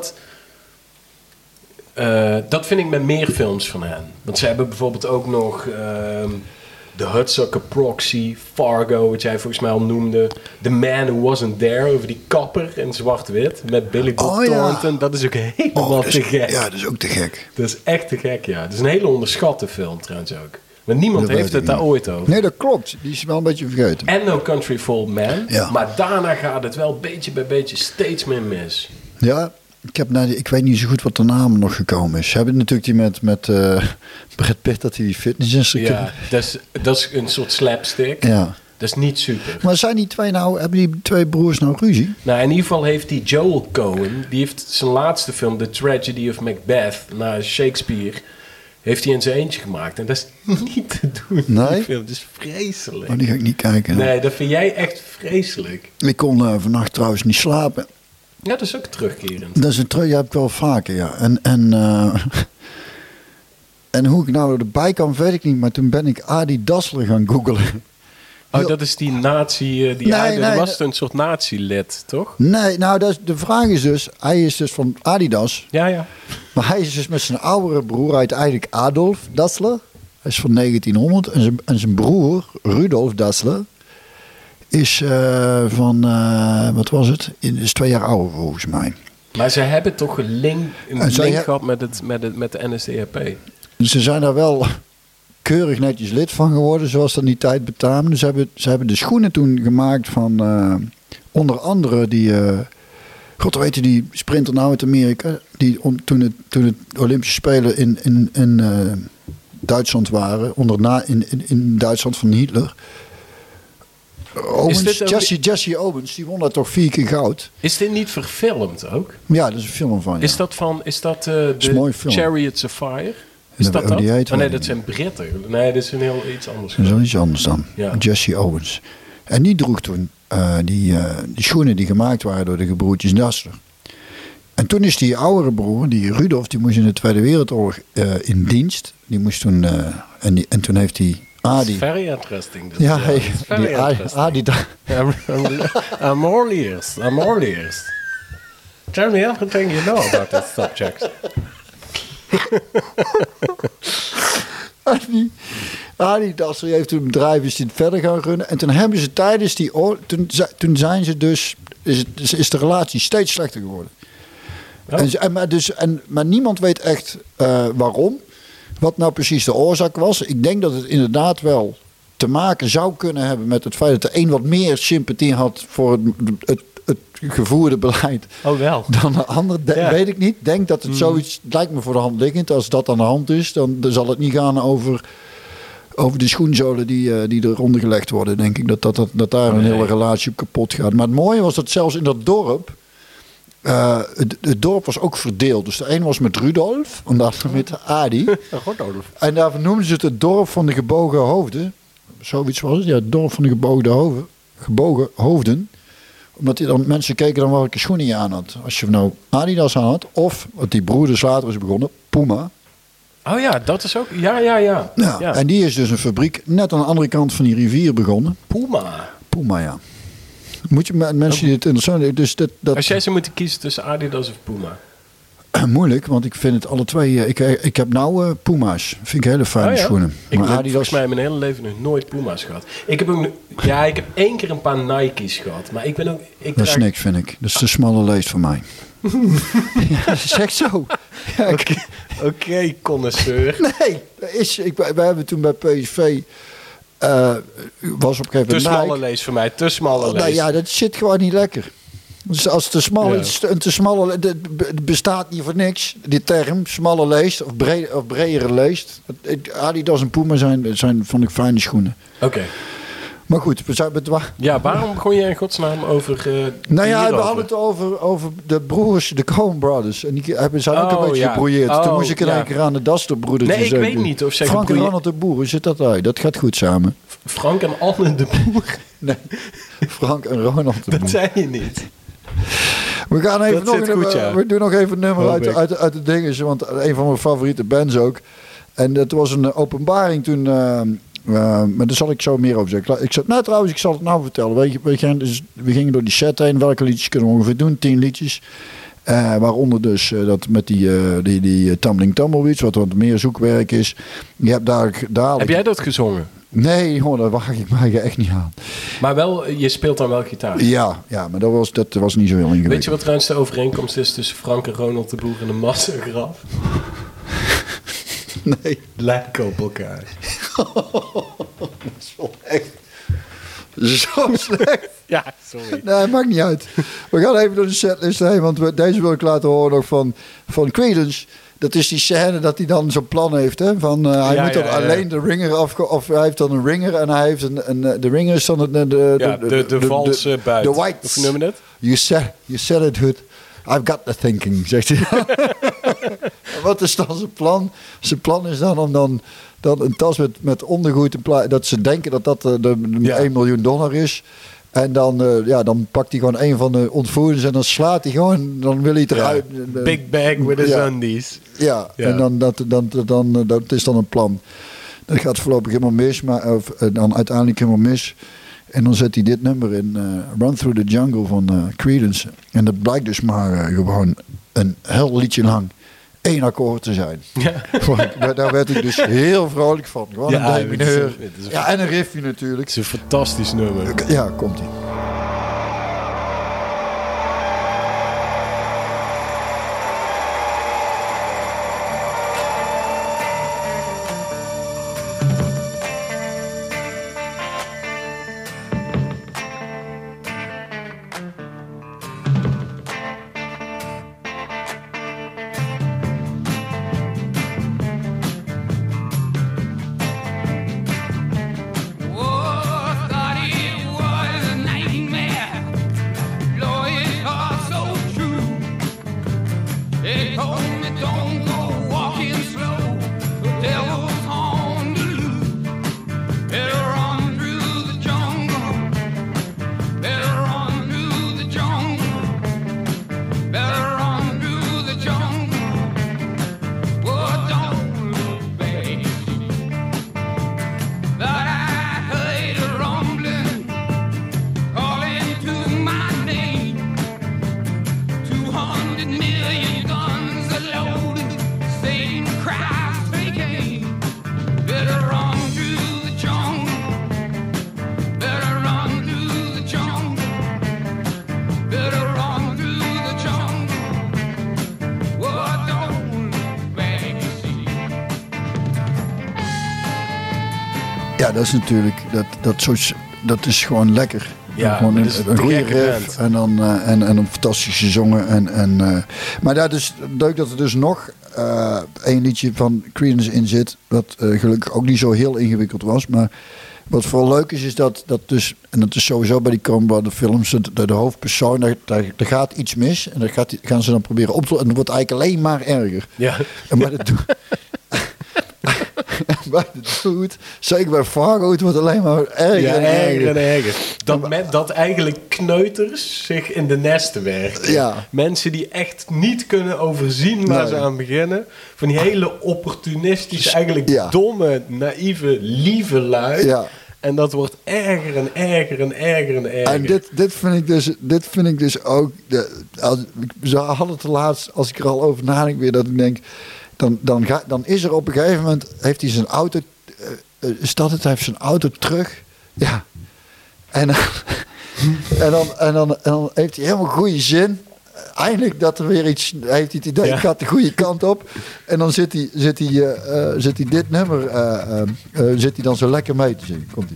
dat vind ik met meer films van hen. Want ze hebben bijvoorbeeld ook nog... The Hudsucker Proxy, Fargo, wat jij volgens mij al noemde. The Man Who Wasn't There, over die kapper in zwart-wit. Met Billy Bob Thornton. Ja. Dat is ook helemaal te gek. Ja, dat is ook te gek. Dat is echt te gek, ja. Dat is een hele onderschatte film trouwens ook. Maar niemand Dat heeft weet het ik daar niet. ooit over. Nee, dat klopt. Die is wel een beetje vergeten. En No Country for Old Men. Ja. Maar daarna gaat het wel beetje bij beetje steeds meer mis. Ja, ik weet niet zo goed wat de naam nog gekomen is. Ze hebben natuurlijk die met Brad Pitt, dat hij die fitnessinstructeur... Ja, dat is een soort slapstick. Ja. Dat is niet super. Maar zijn hebben die twee broers nou ruzie? Nou, in ieder geval heeft die Joel Coen, die heeft zijn laatste film, The Tragedy of Macbeth, naar Shakespeare, heeft hij in zijn eentje gemaakt. En dat is niet te doen. Nee? Die film. Dat is vreselijk. Oh, die ga ik niet kijken. Nee, dat vind jij echt vreselijk. Ik kon vannacht trouwens niet slapen. Ja, dat is ook terugkerend. Dat is een trui, heb ik wel vaker, ja. En hoe ik nou erbij kan, weet ik niet. Maar toen ben ik Adi Dassler gaan googlen. Oh, dat is die nazi... dat was een soort nazi-lid, toch? Nee, nou, de vraag is dus... Hij is dus van Adidas. Ja, ja. Maar hij is dus met zijn oudere broer... Hij heet eigenlijk Adolf Dassler. Hij is van 1900. En zijn broer, Rudolf Dassler... is van... wat was het? Is 2 jaar ouder volgens mij. Maar ze hebben toch een link gehad met de NSDAP. Dus ze zijn daar wel keurig netjes lid van geworden, zoals dat in die tijd betaamde. Ze hebben de schoenen toen gemaakt van onder andere die... God, weet je, die sprinter nou uit Amerika... die toen het Olympische Spelen in Duitsland waren... in Duitsland van Hitler... Jesse Owens, die won daar toch 4 keer goud. Is dit niet verfilmd ook? Ja, dat is een film van, ja. Is dat de mooi film. Chariots of Fire? Is dat dat? Die heet Oh nee, wel dat niet. zijn Britten. Nee, dat is een heel iets anders. Dat is wel iets anders dan. Ja. Jesse Owens. En die droeg toen die schoenen die gemaakt waren door de gebroertjes Dassler. En toen is die oudere broer, die Rudolf, die moest in de Tweede Wereldoorlog in dienst. Die moest toen... en toen heeft hij... That's very interesting. Ja, very Adi... I'm all ears. Tell me everything you know about this subject. Adi Dassler heeft een bedrijf, is die verder gaan runnen. En toen hebben ze tijdens die... Toen zijn ze dus... Is de relatie steeds slechter geworden. Oh. Maar niemand weet echt waarom. Wat nou precies de oorzaak was. Ik denk dat het inderdaad wel te maken zou kunnen hebben met het feit dat de een wat meer sympathie had voor het gevoerde beleid. Oh wel. Dan de ander. Weet ik niet. Denk dat het zoiets, lijkt me voor de hand liggend. Als dat aan de hand is, dan zal het niet gaan over de schoenzolen die eronder gelegd worden. Denk ik dat daar een hele relatie op kapot gaat. Maar het mooie was dat zelfs in dat dorp... het dorp was ook verdeeld. Dus de een was met Rudolf, en de ander met Adi. En daarvoor noemden ze het dorp van de gebogen hoofden. Zoiets was het, ja, het dorp van de gebogen hoofden. Omdat dan mensen keken dan welke schoenen je aan had. Als je nou Adidas aan had, of, wat die broeders later is begonnen, Puma. Oh ja, dat is ook... Ja. En die is dus een fabriek net aan de andere kant van die rivier begonnen. Puma, ja. Moet je met mensen die het interessant... Dus dat Als jij zou moeten kiezen tussen Adidas of Puma? Moeilijk, want ik vind het alle twee... Ik heb nou Puma's. Vind ik hele fijne schoenen. Ik Maar heb Adidas... volgens mij in mijn hele leven nog nooit Puma's gehad. Ik heb 1 keer een paar Nike's gehad. Maar ik ben ook... Dat is niks, vind ik. Dat is de smalle leest voor mij. Ja, dat is echt zo. Ja, Oké, connoisseur. Nee, we hebben toen bij PSV... was op een gegeven moment... Te smalle lees voor mij, te smalle lees. Nou ja, dat zit gewoon niet lekker. Dus als te smal is, een te smalle... Het bestaat niet voor niks, die term. Smalle leest of bredere leest. Adidas en Puma zijn vond ik fijne schoenen. Oké. Maar goed, we zijn... Ja, waarom begon je in godsnaam over... nou ja, we hadden het over de broers, de Coen Brothers. En die zijn ook een beetje gebrouilleerd. Toen moest ik in één keer aan de Dassler-broeders. Nee, ik weet niet of zij Frank en Ronald de Boer, hoe zit dat uit? Dat gaat goed samen. Frank en Anne de Boer? Nee, Frank en Ronald de Boer. Dat zei je niet. We gaan even we doen nog even een nummer uit de dingen. Want een van mijn favoriete bands ook. En dat was een openbaring toen... maar daar zal ik zo meer over zeggen. Ik zal het nou vertellen. We gingen door die set heen. Welke liedjes kunnen we ongeveer doen? 10 liedjes. Waaronder dus dat met die Tumbling Tumbleweeds, wat meer zoekwerk is. Je hebt daar heb jij dat gezongen? Nee, hoor, daar waag ik mij echt niet aan. Maar wel, je speelt dan wel gitaar? Ja, maar dat was niet zo heel ingewikkeld. Weet je wat trouwens de overeenkomst is tussen Frank en Ronald de Boer en een massagraf? Nee. Lijken op elkaar. Dat is wel echt zo slecht. Ja, sorry. Nee, maakt niet uit. We gaan even door de setlist heen, want deze wil ik laten horen nog van Creedence. Dat is die scène dat hij dan zo'n plan heeft. Hè? Van, hij moet dan alleen de ringer of hij heeft dan een ringer en hij heeft de ringer is dan de valse buit. De whites. Hoe noem je dat? You said it good. I've got the thinking, zegt hij. Wat is dan zijn plan? Zijn plan is dan om dan een tas met ondergoed, dat ze denken dat dat de $1 miljoen is. En dan pakt hij gewoon een van de ontvoerders en dan slaat hij gewoon. Dan wil hij het eruit. Big bag with his undies. Ja, en dat is dan een plan. Dat gaat voorlopig helemaal mis, dan uiteindelijk helemaal mis. En dan zet hij dit nummer in, Run Through the Jungle van Creedence. En dat blijkt dus maar gewoon een heel liedje lang 1 akkoord te zijn. Ja. Daar werd ik dus heel vrolijk van. Gewoon een D-mineur. Ja, en een riffje natuurlijk. Het is een fantastisch nummer. Ja, komt-ie. Ja, dat is natuurlijk, dat is gewoon lekker. Ja, gewoon een goede riff en dan een fantastische zongen. Maar dat is leuk dat er dus nog één liedje van Creedence in zit, wat gelukkig ook niet zo heel ingewikkeld was. Maar wat vooral leuk is dat dus, en dat is sowieso bij die Coen Brothers films, de hoofdpersoon, daar gaat iets mis. En dat gaan ze dan proberen op te lossen. En dat wordt eigenlijk alleen maar erger. Ja. En maar dat bij de dude, zeker bij Fargo, het wordt alleen maar erger en erger. Dat eigenlijk kneuters zich in de nesten werken. Ja. Mensen die echt niet kunnen overzien waar ze aan beginnen. Van die hele opportunistische, eigenlijk domme, naïeve, lieve lui. Ja. En dat wordt erger en erger en erger en erger. En dit vind ik dus ook... Ze hadden het laatst, als ik er al over nadenk weer, dat ik denk... Dan is er op een gegeven moment, heeft hij zijn auto, hij heeft zijn auto terug. Ja. En dan heeft hij helemaal goede zin. Eindelijk dat er weer iets, heeft hij het idee, ik ga de goede kant op. En dan zit hij dit nummer, zit hij dan zo lekker mee te zingen. Komt-ie.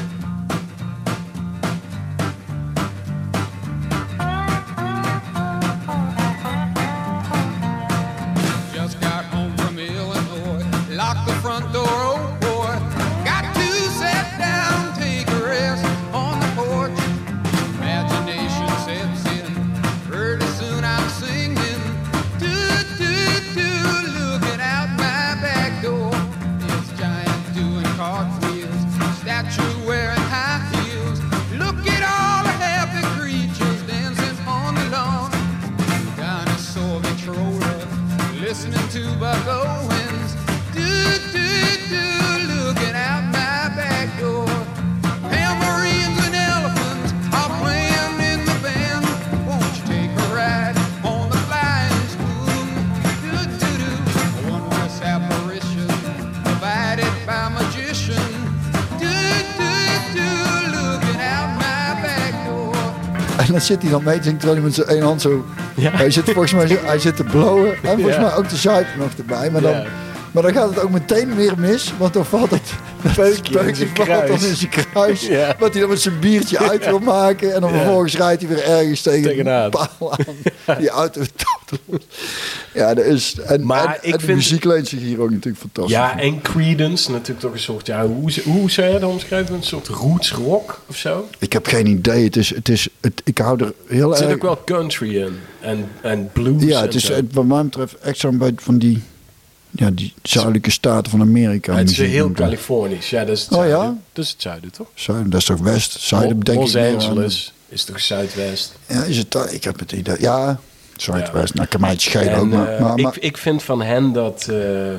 En dan zit hij dan mee te zingen, terwijl hij met zijn één hand zo... Ja. Hij zit volgens mij te blowen en volgens mij ook te zuipen nog erbij. Maar Maar dan gaat het ook meteen weer mis. Want dan valt het peukje in zijn kruis. Ja. Wat hij dan met zijn biertje uit wil maken. En dan vervolgens rijdt hij weer ergens tegen een paal aan. Die auto ja, dat is... En de muziek leent zich hier ook natuurlijk fantastisch. Ja, en Creedence natuurlijk toch een soort... Ja, hoe zou je dat omschrijven? Een soort roots rock of zo? Ik heb geen idee. Ik hou er heel erg... Er zit ook wel country in. En blues. Ja, het is wat mij betreft echt zo'n beetje van die... Ja, die zuidelijke staten van Amerika. Ja, het is heel Californisch. Ja, dat is het zuiden. Ja? Dat is het zuiden, toch? Zuiden, dat is toch west? Zuiden denk Los ik Angeles is toch zuidwest? Ja, is het dat? Ik heb het idee. Ja, zuidwest. Nou, kan mij het schelen ook. Maar ik vind van hen dat...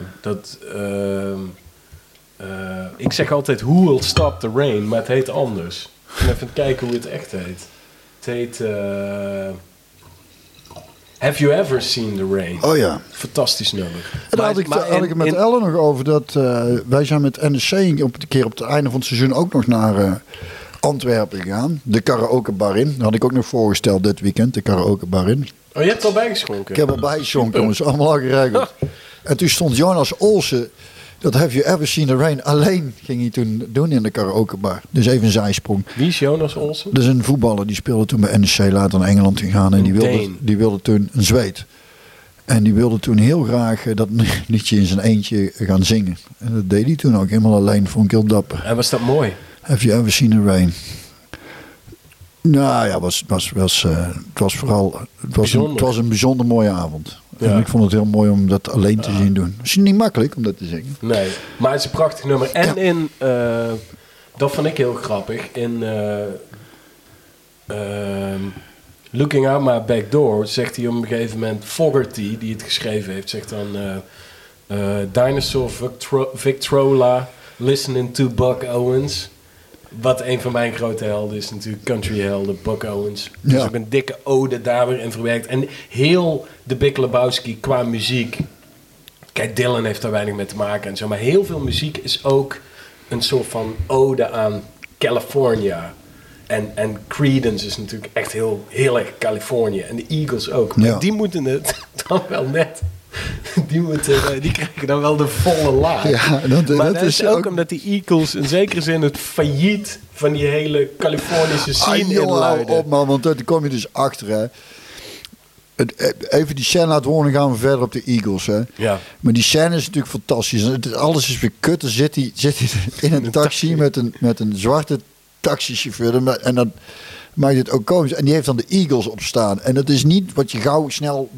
ik zeg altijd Who Will Stop the Rain, maar het heet anders. Even kijken hoe het echt heet. Het heet... Have You Ever Seen the Rain? Oh ja. Fantastisch nummer. En daar had ik het met Ellen nog over. Dat wij zijn met NSC een keer op het einde van het seizoen ook nog naar Antwerpen gegaan. De karaoke bar in. Dat had ik ook nog voorgesteld dit weekend. De karaoke bar in. Oh, je hebt al bijgeschonken? Ik heb al bijgeschonken. Dat is allemaal al geregeld. En toen stond Jonas Olsen... Dat Have You Ever Seen the Rain alleen ging hij toen doen in de karaokebar. Dus even een zijsprong. Wie is Jonas Olsen? Dat is een voetballer. Die speelde toen bij NEC, later naar Engeland gegaan. En die wilde toen een Zweed. En die wilde toen heel graag dat liedje in zijn eentje gaan zingen. En dat deed hij toen ook helemaal alleen. Vond ik heel dapper. En was dat mooi? Have You Ever Seen the Rain? Nou ja, het was een bijzonder mooie avond. Ja. En ik vond het heel mooi om dat alleen te zien doen. Het is niet makkelijk om dat te zingen. Nee, maar het is een prachtig nummer. En dat vond ik heel grappig, in Looking Out My Back Door zegt hij op een gegeven moment, Fogerty, die het geschreven heeft, zegt dan Dinosaur Victrola, listening to Buck Owens. Wat een van mijn grote helden is natuurlijk, country helden, Buck Owens. Dus ook een dikke ode daar weer in verwerkt. En heel de Big Lebowski qua muziek. Kijk, Dylan heeft daar weinig mee te maken en zo. Maar heel veel muziek is ook een soort van ode aan California. En Creedence is natuurlijk echt heel erg Californië. En de Eagles ook. Maar die moeten het dan wel net... Die krijgen dan wel de volle laag. Ja, maar dat is ook omdat die Eagles in zekere zin het failliet van die hele Californische scene inluiden. Op man, want daar kom je dus achter. Hè. Even die scène laten horen, gaan we verder op de Eagles. Hè. Ja. Maar die scène is natuurlijk fantastisch. Alles is weer kut. Dan zit hij in een taxi met een zwarte taxichauffeur. En dan maakt het ook komisch. En die heeft dan de Eagles op staan. En dat is niet wat je gauw snel...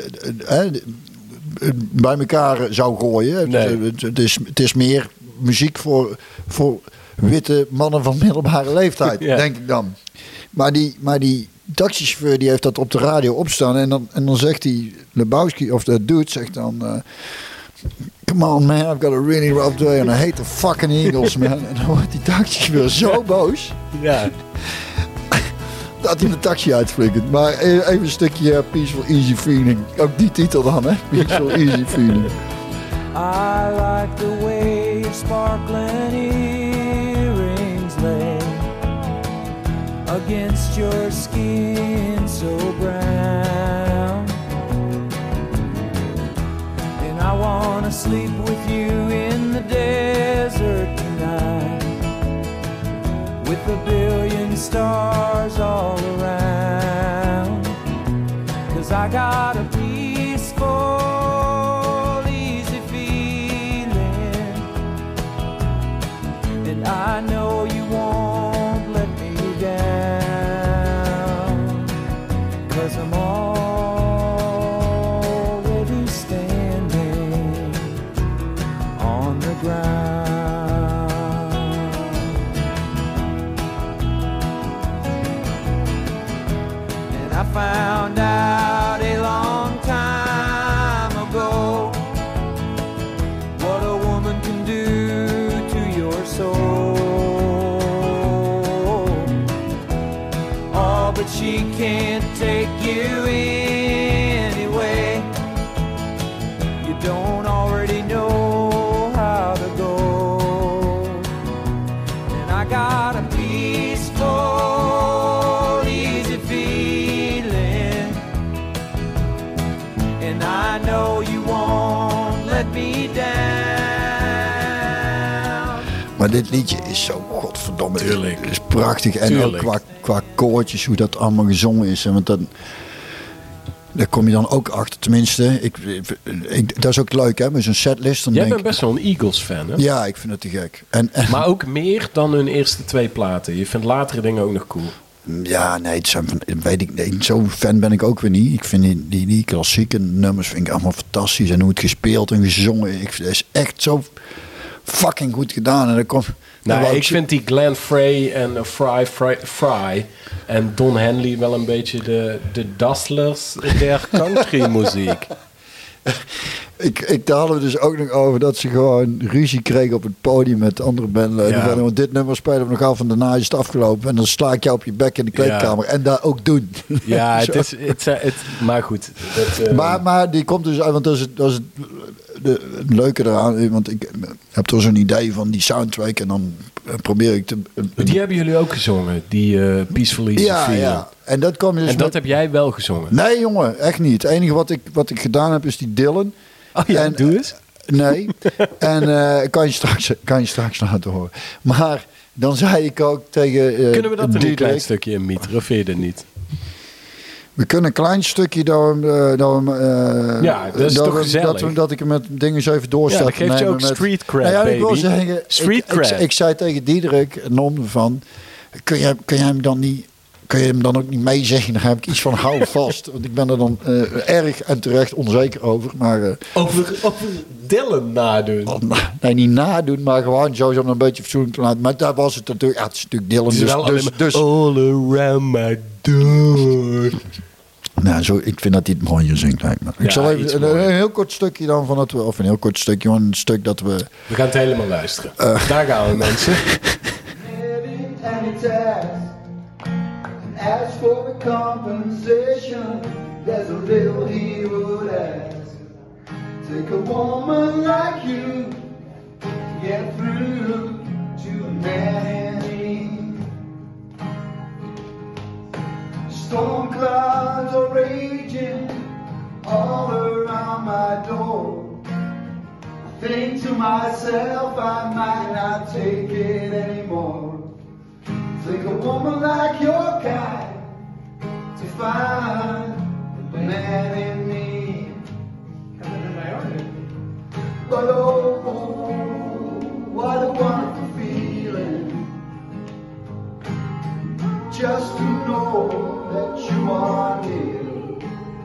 bij elkaar zou gooien. Nee. Het is meer muziek voor witte mannen van middelbare leeftijd, denk ik dan. Maar die taxichauffeur die heeft dat op de radio opstaan en dan zegt die Lebowski, of de dude zegt dan... Come on man, I've got a really rough day and I hate the fucking Eagles man. En dan wordt die taxichauffeur zo boos. Ja. Dat hij de taxi uitflikkert. Maar even een stukje Peaceful Easy Feeling. Ook die titel dan, hè? Peaceful Easy Feeling. I like the way your sparkling earrings lay against your skin so brown. And I wanna sleep with you in the desert tonight, with a billion stars all around. 'Cause I got a peaceful, easy feeling, and I know you won't let me down, 'cause I'm already standing on the ground. I found out a long time ago what a woman can do to your soul. Oh, but she can't take you anyway. You don't already know how to go. And I got a peaceful, easy feeling, and I know you won't let me down. Maar dit liedje is zo godverdomme. Tuurlijk. Het is prachtig. En Tuurlijk. ook qua koortjes, hoe dat allemaal gezongen is. Want daar kom je dan ook achter. Tenminste, dat is ook leuk hè, met zo'n setlist. Jij bent best wel een Eagles-fan, hè? Ja, ik vind het te gek. Maar ook meer dan hun eerste 2 platen. Je vindt latere dingen ook nog cool. Ja, nee, weet ik, nee, zo'n fan ben ik ook weer niet. Ik vind die klassieke nummers vind ik allemaal fantastisch. En hoe het gespeeld en gezongen. Het is echt zo fucking goed gedaan. En dan komt... Ik vind die Glenn Frey en Fry en Don Henley wel een beetje de Dazzlers der countrymuziek. Daar hadden we dus ook nog over dat ze gewoon ruzie kregen op het podium met andere bandleden. Ja. Want dit nummer spelen we nog af en daarna is het afgelopen. En dan sla ik jou op je bek in de kleedkamer. En daar ook doen. Ja, het maar goed. Maar die komt dus uit, want dat is het leuke eraan. Want ik heb er zo'n idee van die soundtrack en dan probeer ik te... Die hebben jullie ook gezongen, die Peaceful Easy Feeling. Ja. En dat kwam dus en dat heb jij wel gezongen? Nee jongen, echt niet. Het enige wat ik gedaan heb is die Dylan. Oh ja, doe eens. Nee. En kan je straks laten horen. Maar dan zei ik ook tegen... Kunnen we dat een klein stukje in Mieter, of vind je dat niet? We kunnen een klein stukje ja, dat is toch gezellig. Dat ik hem met dingen eens even doorsta. Ja, dat geeft je ook street cred, baby. Ik wil zeggen, street cred. Ik zei tegen Diederik, non van... Kun je hem dan ook niet meezeggen? Dan heb ik iets van hou vast. Want ik ben er dan erg en terecht onzeker over. Maar, over Dylan nadoen? Nee, niet nadoen, maar gewoon zo een beetje fatsoenlijk te laten. Maar daar was het natuurlijk... Ja, het is natuurlijk Dylan. Dus all around my door. Nou, ik vind dat hij het mooier zingt. Ik zal even een heel kort stukje dan van het... Of een heel kort stukje, een stuk dat we... We gaan het helemaal luisteren. Daar gaan we, mensen. As for the compensation, there's a little he would ask. Take a woman like you to get through to a man in need. Storm clouds are raging all around my door. I think to myself I might not take it anymore. Take a woman like your kind to find the man in me. But oh, what a wonderful feeling just to know that you are near.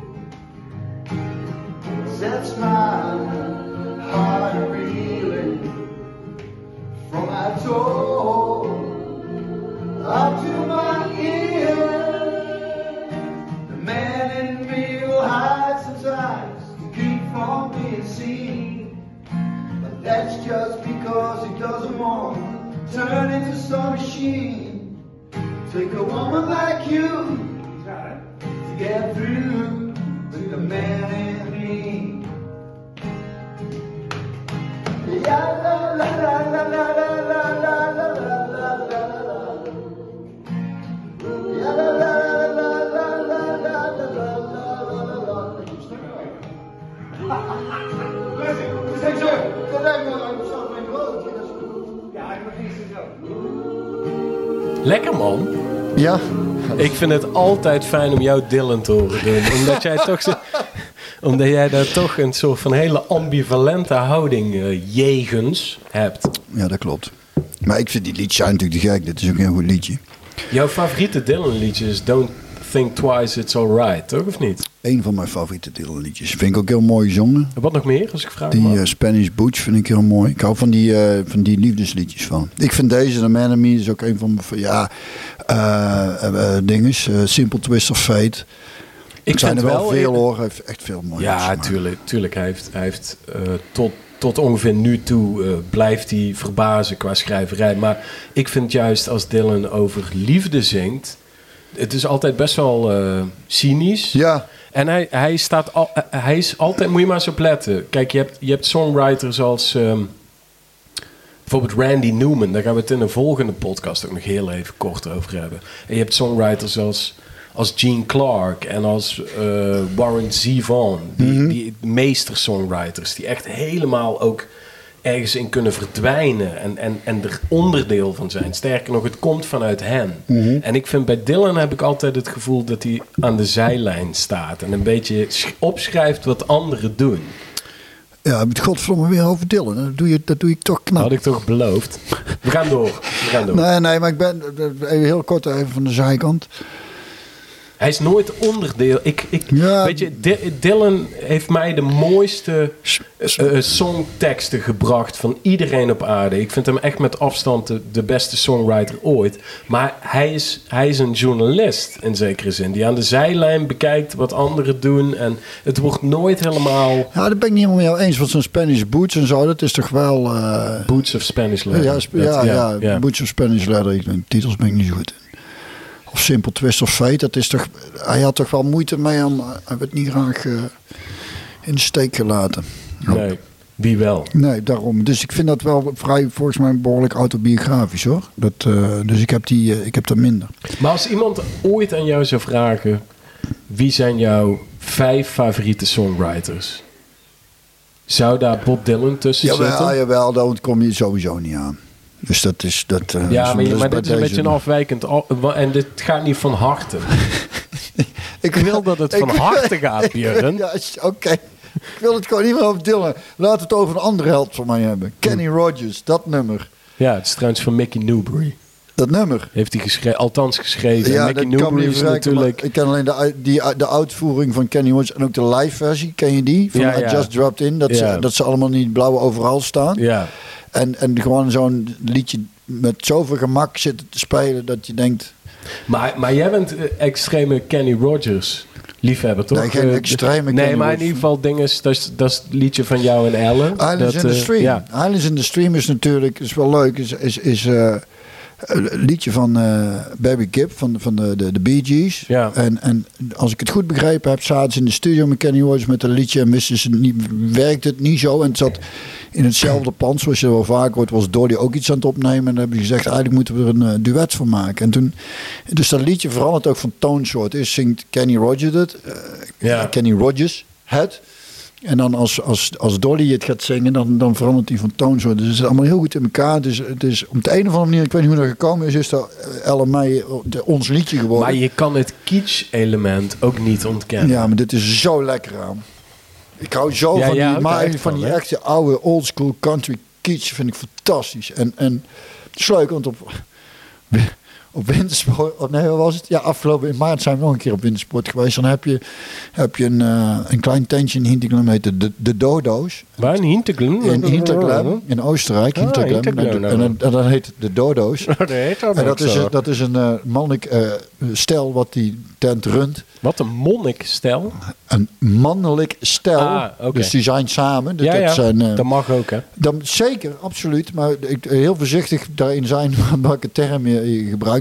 Sets my heart reeling from my toe up to my ear. The man in me will hide sometimes to keep from being seen. But that's just because he doesn't want to turn into some machine. Take a woman like you to get through to the man in me. La la la la la la la la la la la la. Lekker man. Ja. Ik vind het altijd fijn om jou Dylan te horen doen. Omdat jij daar toch een soort van hele ambivalente houding jegens hebt. Ja, dat klopt. Maar ik vind die liedjes zijn natuurlijk te gek. Dit is ook een heel goed liedje. Jouw favoriete Dylan liedje is Don't Think Twice It's Alright, toch? Of niet? Eén van mijn favoriete Dylan liedjes. Vind ik ook heel mooi gezongen. Wat nog meer, als ik vraag? Die Spanish Butch vind ik heel mooi. Ik hou van die liefdesliedjes van. Ik vind deze, The Man in Me, is ook een van mijn dinges. Simple Twist of Fate. Ik zijn er wel veel hoor. Hij heeft echt veel mooie ja, tuurlijk. Hij heeft tot ongeveer nu toe blijft hij verbazen qua schrijverij. Maar ik vind juist als Dylan over liefde zingt, het is altijd best wel cynisch. Ja. En hij is altijd, moet je maar eens op letten. Kijk, je hebt songwriters als bijvoorbeeld Randy Newman. Daar gaan we het in een volgende podcast ook nog heel even kort over hebben. En je hebt songwriters als Gene Clark en als Warren Zevon. Die meester-songwriters. Die echt helemaal ook ergens in kunnen verdwijnen en er onderdeel van zijn. Sterker nog, het komt vanuit hen. En ik vind bij Dylan heb ik altijd het gevoel dat hij aan de zijlijn staat en een beetje opschrijft wat anderen doen. Ja, met godverdomme weer over Dylan. Dat doe ik toch knap. Had ik toch beloofd. We gaan door. Nee, maar ik ben even heel kort even van de zijkant. Hij is nooit onderdeel. Weet je, Dylan heeft mij de mooiste songteksten gebracht van iedereen op aarde. Ik vind hem echt met afstand de beste songwriter ooit. Maar hij is een journalist in zekere zin. Die aan de zijlijn bekijkt wat anderen doen. En het wordt nooit helemaal... Ja, dat ben ik niet helemaal met jou eens. Want zo'n Spanish Boots en zo, dat is toch wel... Boots of Spanish Leather. Ja. Boots of Spanish Leather. Titels ben ik niet zo goed in. Of Simple Twist of Fate, dat is toch... Hij had toch wel moeite mee aan... Hij werd niet graag in de steek gelaten. Nee, wie wel? Nee, daarom. Dus ik vind dat wel volgens mij behoorlijk autobiografisch, hoor. Dus ik heb er minder. Maar als iemand ooit aan jou zou vragen... Wie zijn jouw 5 favoriete songwriters? Zou daar Bob Dylan tussen zitten? Jawel, daar kom je sowieso niet aan. Dus dat is... maar dit is een beetje een afwijkend... En dit gaat niet van harte. Ik wil dat het van harte gaat, Björn. Ja, oké. Ik wil het gewoon niet meer over Dylan. Laten we het over een andere held van mij hebben. Kenny Rogers, dat nummer. Ja, het is trouwens van Mickey Newbury. Dat nummer? Heeft hij althans geschreven. Ja, Mickey Newbury is natuurlijk... Ik ken alleen de uitvoering van Kenny Rogers en ook de live versie. Ken je die? Van I Just Dropped In. Dat ze allemaal in het blauwe overal staan. Ja. En gewoon zo'n liedje met zoveel gemak zitten te spelen dat je denkt... Maar jij bent extreme Kenny Rogers liefhebber, toch? Nee, geen extreme Nee, maar in ieder geval dingen... Dat is het liedje van jou en Ellen. Islands in the Stream. Ja. Islands in the Stream is natuurlijk... is wel leuk. Is een liedje van Barry Gibb van de Bee Gees. Ja. En als ik het goed begrepen heb, zaten ze in de studio met Kenny Rogers met een liedje en wisten ze niet, werkte het niet zo. En het zat in hetzelfde pand, zoals je wel vaak hoort, was Dolly ook iets aan het opnemen. En dan hebben ze gezegd, eigenlijk moeten we er een duet van maken. En toen, dus dat liedje verandert ook van toonsoort. Eerst zingt Kenny Rogers het. Kenny Rogers het. En dan als Dolly het gaat zingen, dan verandert hij van toonsoort. Dus het is allemaal heel goed in elkaar. Dus op de een of andere manier, ik weet niet hoe dat gekomen is dat Ellen May ons liedje geworden. Maar je kan het kitsch-element ook niet ontkennen. Ja, maar dit is zo lekker aan. Ik hou zo van die echte oude oldschool country kitsch, vind ik fantastisch. En het is leuk, want op wintersport, nee, wat was het? Ja, afgelopen in maart zijn we nog een keer op wintersport geweest. Dan heb je een klein tentje in Hinterglemm, heet de Dodo's. Waar in Hinterglemm? In Hinterglemm, in Oostenrijk. Hinterglemm. En dan heet het de Dodo's. En dat is een mannelijk stel wat die tent runt. Wat een monnikstel? Een mannelijk stel. Okay. Dus die zijn samen. Dat mag ook, hè? Zeker, absoluut. Maar ik heel voorzichtig daarin zijn welke term je gebruikt.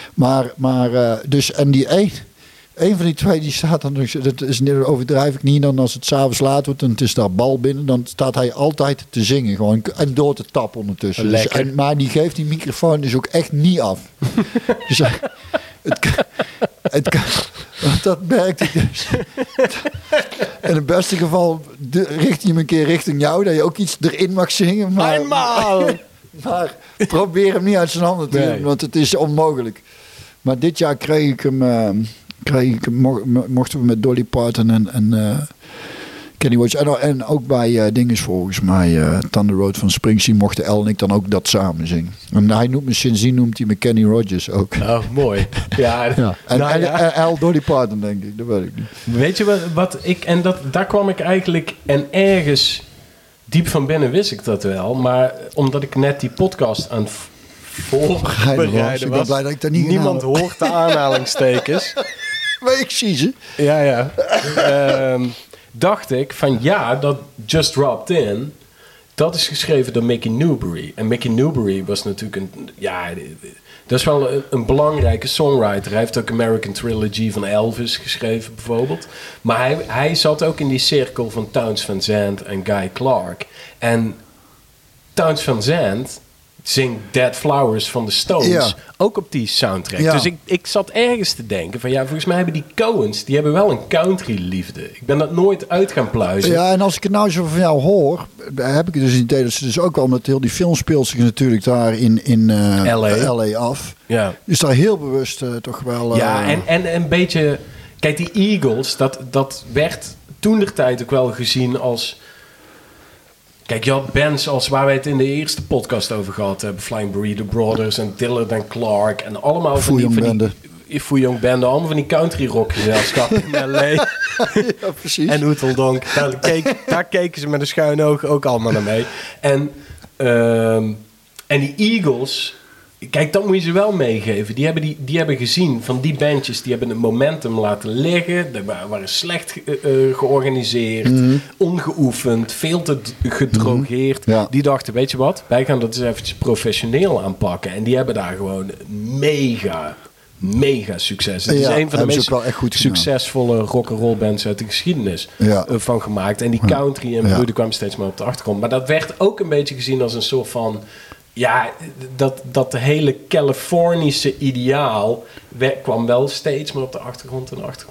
Dus en die een van die twee die staat dan, dat is overdrijf ik niet, dan als het 's avonds laat wordt en het is daar bal binnen, dan staat hij altijd te zingen gewoon en door te tappen ondertussen. Dus, maar die geeft die microfoon dus ook echt niet af. Dus het kan, want dat merkt ik dus. In het beste geval richt hij hem een keer richting jou, dat je ook iets erin mag zingen. Maar probeer hem niet uit zijn handen te doen, want het is onmogelijk. Maar dit jaar mochten we met Dolly Parton en Kenny Rogers. En ook bij dinges volgens mij, Thunder Road van Springsteen, mochten El en ik dan ook dat samen zingen. En hij sindsdien noemt hij me Kenny Rogers ook. Oh, mooi. Ja. En El Dolly Parton, denk ik. Dat weet ik niet. Weet je wat ik... En daar kwam ik eigenlijk... En ergens diep van binnen wist ik dat wel. Maar omdat ik net die podcast aan het voorbereiden was. Ik ben blij dat ik dat niet niemand hoort de aanhalingstekens. Maar ik zie ze. Ja. Dacht ik van dat Just Dropped In, dat is geschreven door Mickey Newbury. En Mickey Newbury was natuurlijk dat is wel een belangrijke songwriter. Hij heeft ook American Trilogy van Elvis geschreven bijvoorbeeld. Maar hij zat ook in die cirkel van Townes Van Zandt en Guy Clark. En Townes Van Zandt zingt Dead Flowers van de Stones ook op die soundtrack. Ja. Dus ik zat ergens te denken van volgens mij hebben die Coens, die hebben wel een country liefde. Ik ben dat nooit uit gaan pluizen. Ja, en als ik het nou zo van jou hoor, heb ik dus het idee dat ze dus ook wel met heel die film speelt zich natuurlijk daar in LA af. Ja. Dus daar heel bewust toch wel... Ja, en een beetje... Kijk, die Eagles, dat werd toentertijd ook wel gezien als... Kijk, je had bands als waar wij het in de eerste podcast over gehad hebben. Flying Burrito Brothers en Dillard and Clark. En allemaal van die Foo-Young Band. Allemaal van die country rock gezelschap in L.A. Ja, precies. En Oeteldonk. Daar keken ze met een schuin oog ook allemaal naar mee. En die Eagles... Kijk, dat moet je ze wel meegeven. Die hebben gezien van die bandjes, die hebben het momentum laten liggen. Die waren slecht georganiseerd, ongeoefend, veel te gedrogeerd. Ja. Die dachten, weet je wat, wij gaan dat eens eventjes professioneel aanpakken. En die hebben daar gewoon mega succes. Het is een van de meest succesvolle rock'n'roll bands uit de geschiedenis van gemaakt. En die country en blues kwam steeds maar op de achtergrond. Maar dat werd ook een beetje gezien als een soort van... Ja, dat hele Californische ideaal kwam wel steeds maar op de achtergrond.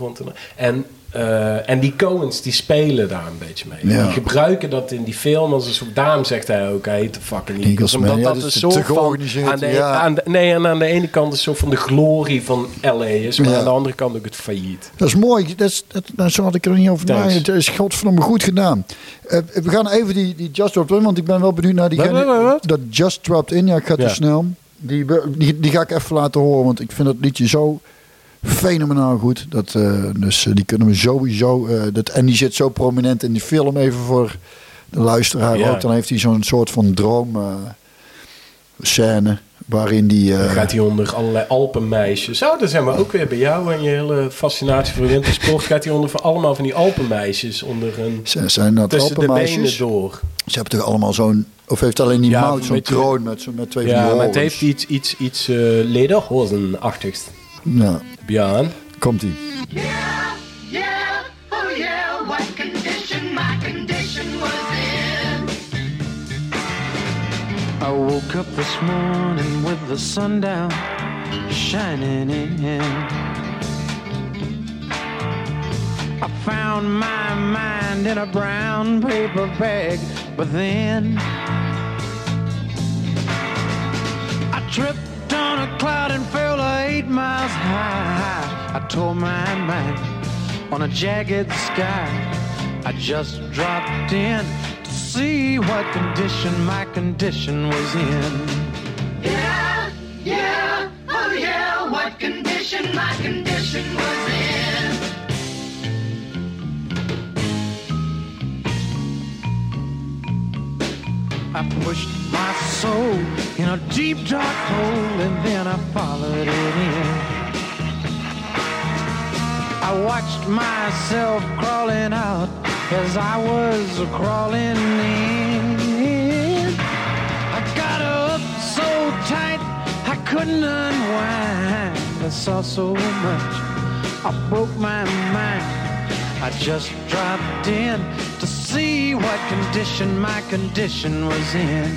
En die Coens, die spelen daar een beetje mee. Ja. Die gebruiken dat in die film als een soort... Daarom zegt hij ook, hij heet de fucking Eagles. Omdat dat een soort van... aan de ene kant een soort van de glorie van L.A. is. Maar aan de andere kant ook het failliet. Dat is mooi. Zo had ik er niet over nagedacht. Het is godverdomme goed gedaan. We gaan even die Just Dropped In, want ik ben wel benieuwd naar dat Just Dropped In. Ja, ik ga te snel. Die ga ik even laten horen, want ik vind dat liedje zo fenomenaal goed. Dus die kunnen we sowieso... en die zit zo prominent in die film, even voor de luisteraar ook. Dan heeft hij zo'n soort van droom scène waarin die... Dan gaat hij onder allerlei Alpenmeisjes. Dan zijn we ook weer bij jou en je hele fascinatie voor wintersport. Gaat hij onder allemaal van die Alpenmeisjes onder een... Zijn dat tussen Alpenmeisjes? De benen door. Ze hebben toch allemaal zo'n... Of heeft alleen die mout zo'n kroon met twee van die horens? Ja, maar het heeft iets lederhozenachtigs. Ja. Björn. Komt-ie. Yeah, oh yeah, what condition my condition was in. I woke up this morning with the sun down shining in. I found my mind in a brown paper bag, but then I tripped on a cloud and fell 8 miles high. I tore my mind on a jagged sky. I just dropped in to see what condition my condition was in. Yeah, oh yeah, what condition my condition was in. I pushed my soul in a deep dark hole and then I followed it in. I watched myself crawling out as I was crawling in. I got up so tight I couldn't unwind. I saw so much, I broke my mind. I just dropped in to see what condition my condition was in.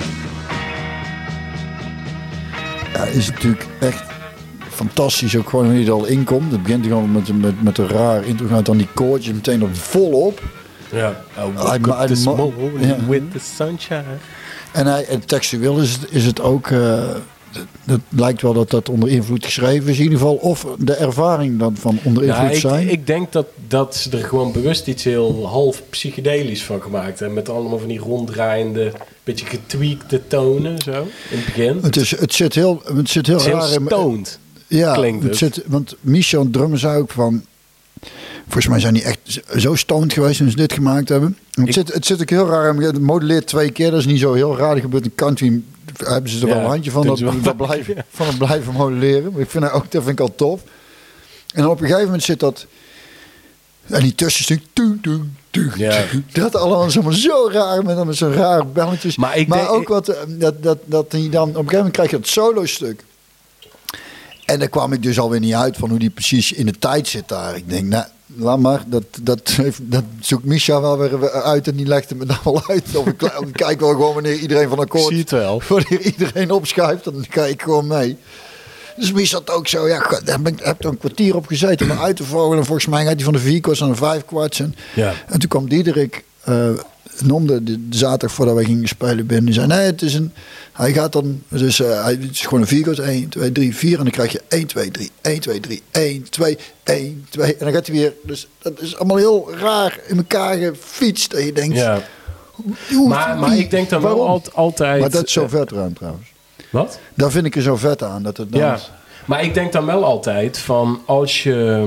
Ja, is natuurlijk echt fantastisch ook gewoon hoe je er al in komt. Het begint gewoon met een raar intro, gaat dan die koortjes meteen er volop. Ja, with the sunshine. En textueel is het ook... Het lijkt wel dat onder invloed geschreven is in ieder geval. Of de ervaring dan van onder invloed zijn. Ik denk dat ze er gewoon bewust iets heel half psychedelisch van gemaakt hebben. Met allemaal van die ronddraaiende, beetje getweakte tonen zo in het begin. Het zit heel raar in. Stoned. Ja, klinkt het. Want Michel drummer zei ook van... Volgens mij zijn die echt zo stoned geweest toen ze dit gemaakt hebben. Het zit ook heel raar. Het modelleert 2 keer. Dat is niet zo heel raar. Dat gebeurt in country. Hebben ze er wel een handje van. Van het blijven modelleren. Maar ik vind dat vind ik al tof. En op een gegeven moment zit dat... En die tussenstuk... Dat allemaal zo raar. Met zo'n raar belletjes. Maar ook dat hij dan... Op een gegeven moment krijg je het solo stuk. En daar kwam ik dus alweer niet uit van hoe die precies in de tijd zit daar. Ik denk, nou, laat maar. Dat zoekt Misha wel weer uit en die legt het me dan wel uit. Of ik kijk wel gewoon wanneer iedereen van akkoord... Zie het wel. Wanneer iedereen opschuift, dan kijk ik gewoon mee. Dus Misha had ook zo, ja, daar heb ik een kwartier op gezeten om uit te vogelen. En volgens mij gaat hij van de 4 kwarts naar de 5 kwarts. En toen kwam Diederik... noemde de zaterdag voordat wij gingen spelen binnen. Die zei, nee, het is hij gaat dan... Dus het is gewoon een 4 kwarts. 1, 2, 3, 4. En dan krijg je 1, 2, 3, 1, 2, 3, 1, 2, 1, 2. En dan gaat hij weer... Dus dat is allemaal heel raar in elkaar gefietst. Dat je denkt... Ja. Maar ik denk dan wel altijd... Maar dat is zo vet eraan trouwens. Wat? Daar vind ik er zo vet aan. Dat het dan ja. Maar ik denk dan wel altijd van als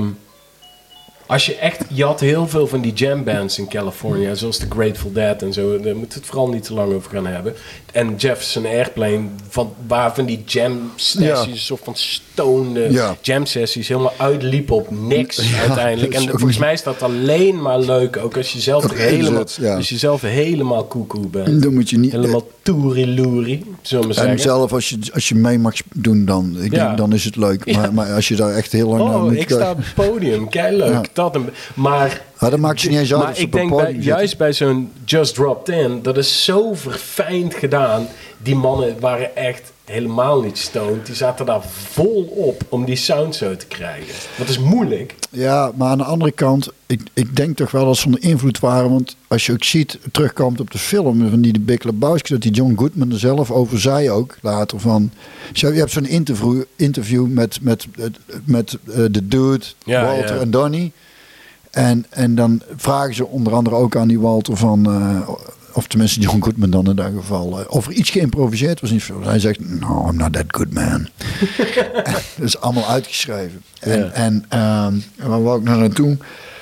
je echt... Je had heel veel van die jam bands in California, zoals The Grateful Dead en zo. Daar moeten we het vooral niet te lang over gaan hebben. En Jefferson Airplane, waar van die jam sessies of van stone jam sessies helemaal uitliepen op niks uiteindelijk. En volgens mij is dat alleen maar leuk, ook als je zelf helemaal koekoe bent. Dan moet je niet... Helemaal toeri-loeri, zullen we maar zeggen. En zelf als je mee mag doen dan, denk, dan is het leuk. Maar als je daar echt heel lang naar moet... ik sta op het podium, kei leuk. Ja. Maar dat maakt je niet eens uit. Maar ik denk juist bij zo'n Just Dropped In, dat is zo verfijnd gedaan. Die mannen waren echt helemaal niet stoned. Die zaten daar vol op om die sound zo te krijgen. Dat is moeilijk. Ja, maar aan de andere kant, ik denk toch wel dat ze onder invloed waren. Want als je ook ziet, terugkomt op de film van die Big Lebowski, dat die John Goodman er zelf over zei ook later van... Je hebt zo'n interview met de dude, Walter en Donnie. En dan vragen ze onder andere ook aan die Walter van... of tenminste John Goodman dan in dat geval... of er iets geïmproviseerd was. Niet veel. Hij zegt, no, I'm not that good man. Dat is allemaal uitgeschreven. En waar wou ik nou naartoe?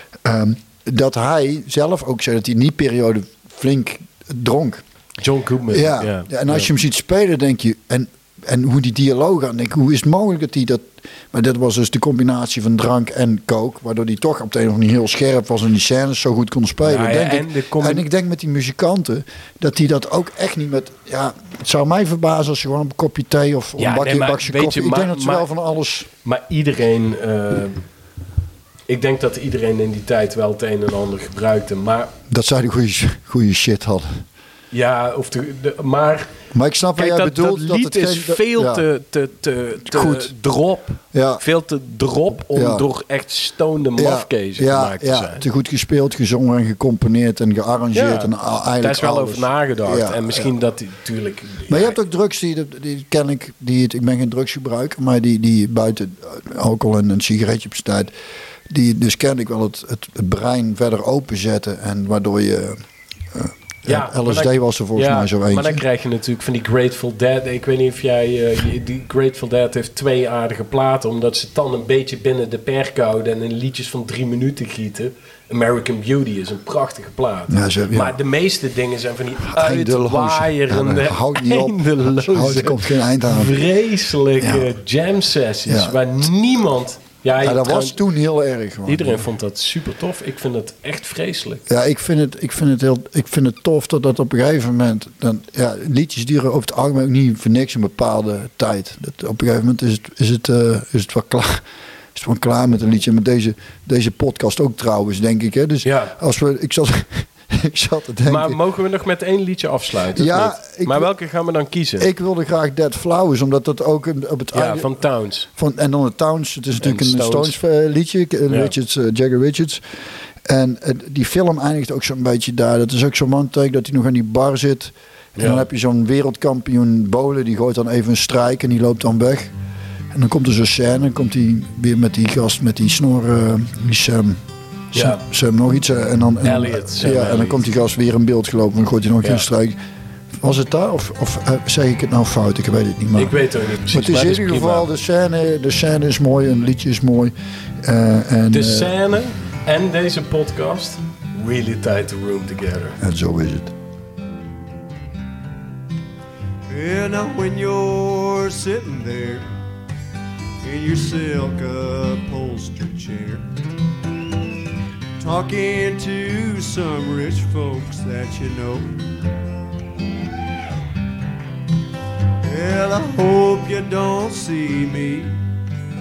Dat hij zelf ook zei dat hij in die periode flink dronk. John Goodman. Ja. En als je hem ziet spelen, denk je... En hoe die dialoog aan, denk ik, hoe is het mogelijk dat hij dat... Maar dat was dus de combinatie van drank en coke, waardoor hij toch op de een of andere manier heel scherp was en die scènes zo goed kon spelen. En ik denk met die muzikanten, dat die dat ook echt niet met... Ja, het zou mij verbazen als je gewoon een kopje thee of een bakje koffie... Ik denk dat ze wel van alles... Maar iedereen... ik denk dat iedereen in die tijd wel het een en ander gebruikte, maar... Dat zij de goede shit hadden. Ja, maar ik snap wat jij bedoelt. Dat lied is veel te goed drop. Ja. Veel te drop om door echt stoned mafkezen gemaakt te zijn. Te goed gespeeld, gezongen en gecomponeerd en gearrangeerd. En eigenlijk daar is wel over nagedacht. Ja, en misschien dat die natuurlijk... Maar je hebt ook drugs die ken ik. Ik ben geen drugsgebruiker, maar die buiten alcohol en een sigaretje bestaat. Dus ken ik wel het brein verder openzetten. En waardoor je... LSD was er volgens mij zo eentje. Maar dan krijg je natuurlijk van die Grateful Dead. Ik weet niet of jij... die Grateful Dead heeft 2 aardige platen. Omdat ze het dan een beetje binnen de perk houden. En in liedjes van 3 minuten gieten. American Beauty is een prachtige plaat. Ja, maar de meeste dingen zijn van die uitwaaierende... Houd niet op. Er komt geen eind aan. Vreselijke jam sessies. Waar niemand... Ja, dat was toen heel erg. Man. Iedereen vond dat super tof. Ik vind het echt vreselijk. Ja, ik vind het tof dat op een gegeven moment... liedjes duren over het algemeen ook niet voor niks een bepaalde tijd. Op een gegeven moment is het wel klaar. Is het wel klaar met een liedje. Met deze podcast ook trouwens, denk ik. Hè? Dus ik zat te denken... Maar mogen we nog met 1 liedje afsluiten? Ja. Maar welke gaan we dan kiezen? Ik wilde graag Dead Flowers, omdat dat ook op het... van Towns. En dan de Towns. Het is natuurlijk een Stones liedje. Jagger Richards. En die film eindigt ook zo'n beetje daar. Dat is ook zo'n one-take dat hij nog aan die bar zit. En dan heb je zo'n wereldkampioen bowlen. Die gooit dan even een strijk en die loopt dan weg. En dan komt er zo'n scène. Dan komt hij weer met die gast met die snor. Die Sam nog iets. En dan komt die gast weer in beeld gelopen. En dan gooit hij nog een strijk. Was het daar? Of zeg ik het nou fout? Ik weet het niet. Maar ik weet het ook niet precies. Maar het is in ieder geval, de scène is mooi. Een liedje is mooi. De scène en deze podcast really tied the room together. En zo is het. Yeah, now when you're sitting there in your silk upholstered chair, talking to some rich folks that you know. Well, I hope you don't see me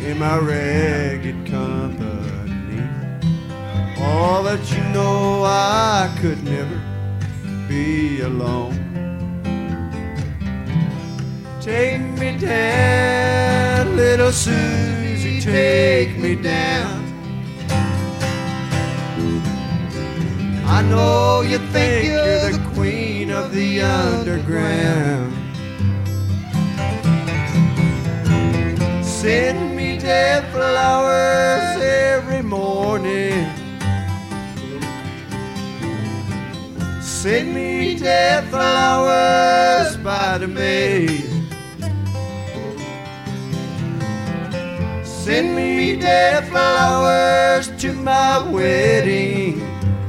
in my ragged company. All that you know, I could never be alone. Take me down, little Susie, take me down. I know you think you're the queen of the underground. Send me dead flowers every morning. Send me dead flowers by the mail. Send me dead flowers to my wedding.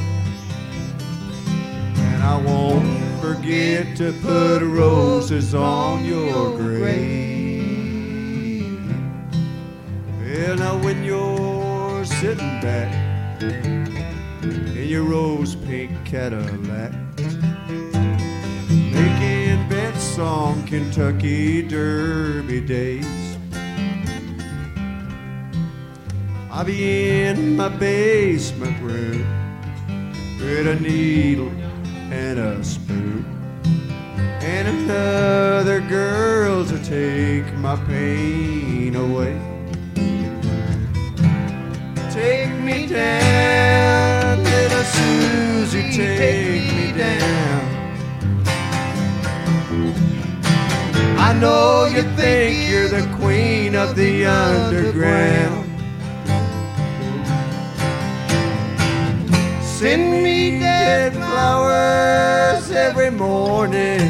And I won't forget to put roses on your grave. Well, now when you're sitting back in your rose pink Cadillac, making bets on Kentucky Derby days, I'll be in my basement room with a needle and a spoon, and another girl to take my pain away. Take me down, little Susie, take me down. I know you think you're the queen of the underground. Send me dead flowers every morning.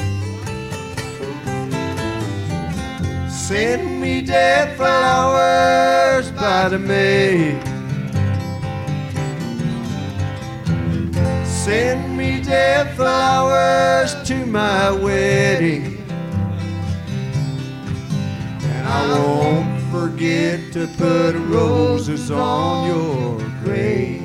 Send me dead flowers by the mail. Send me dead flowers to my wedding. And I won't forget to put roses on your grave.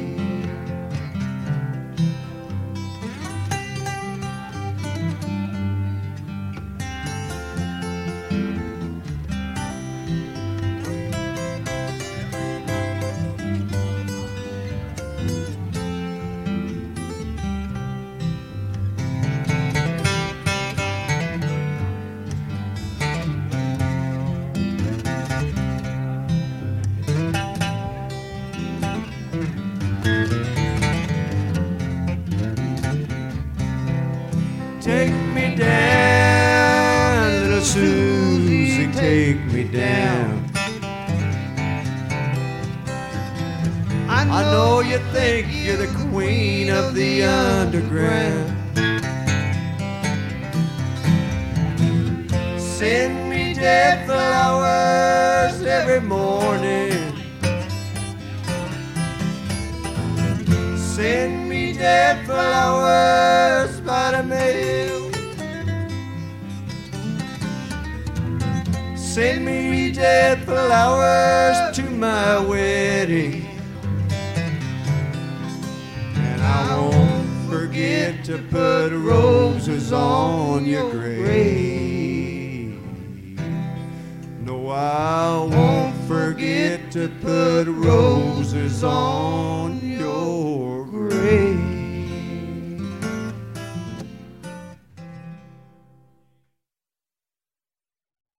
Take me down, little Susie, take me down. I know you think you're the queen of the underground. Send me dead flowers every morning. Send me dead flowers by the mail. Send me dead flowers to my wedding. And I won't forget to put roses on your grave. No, I won't forget to put roses on your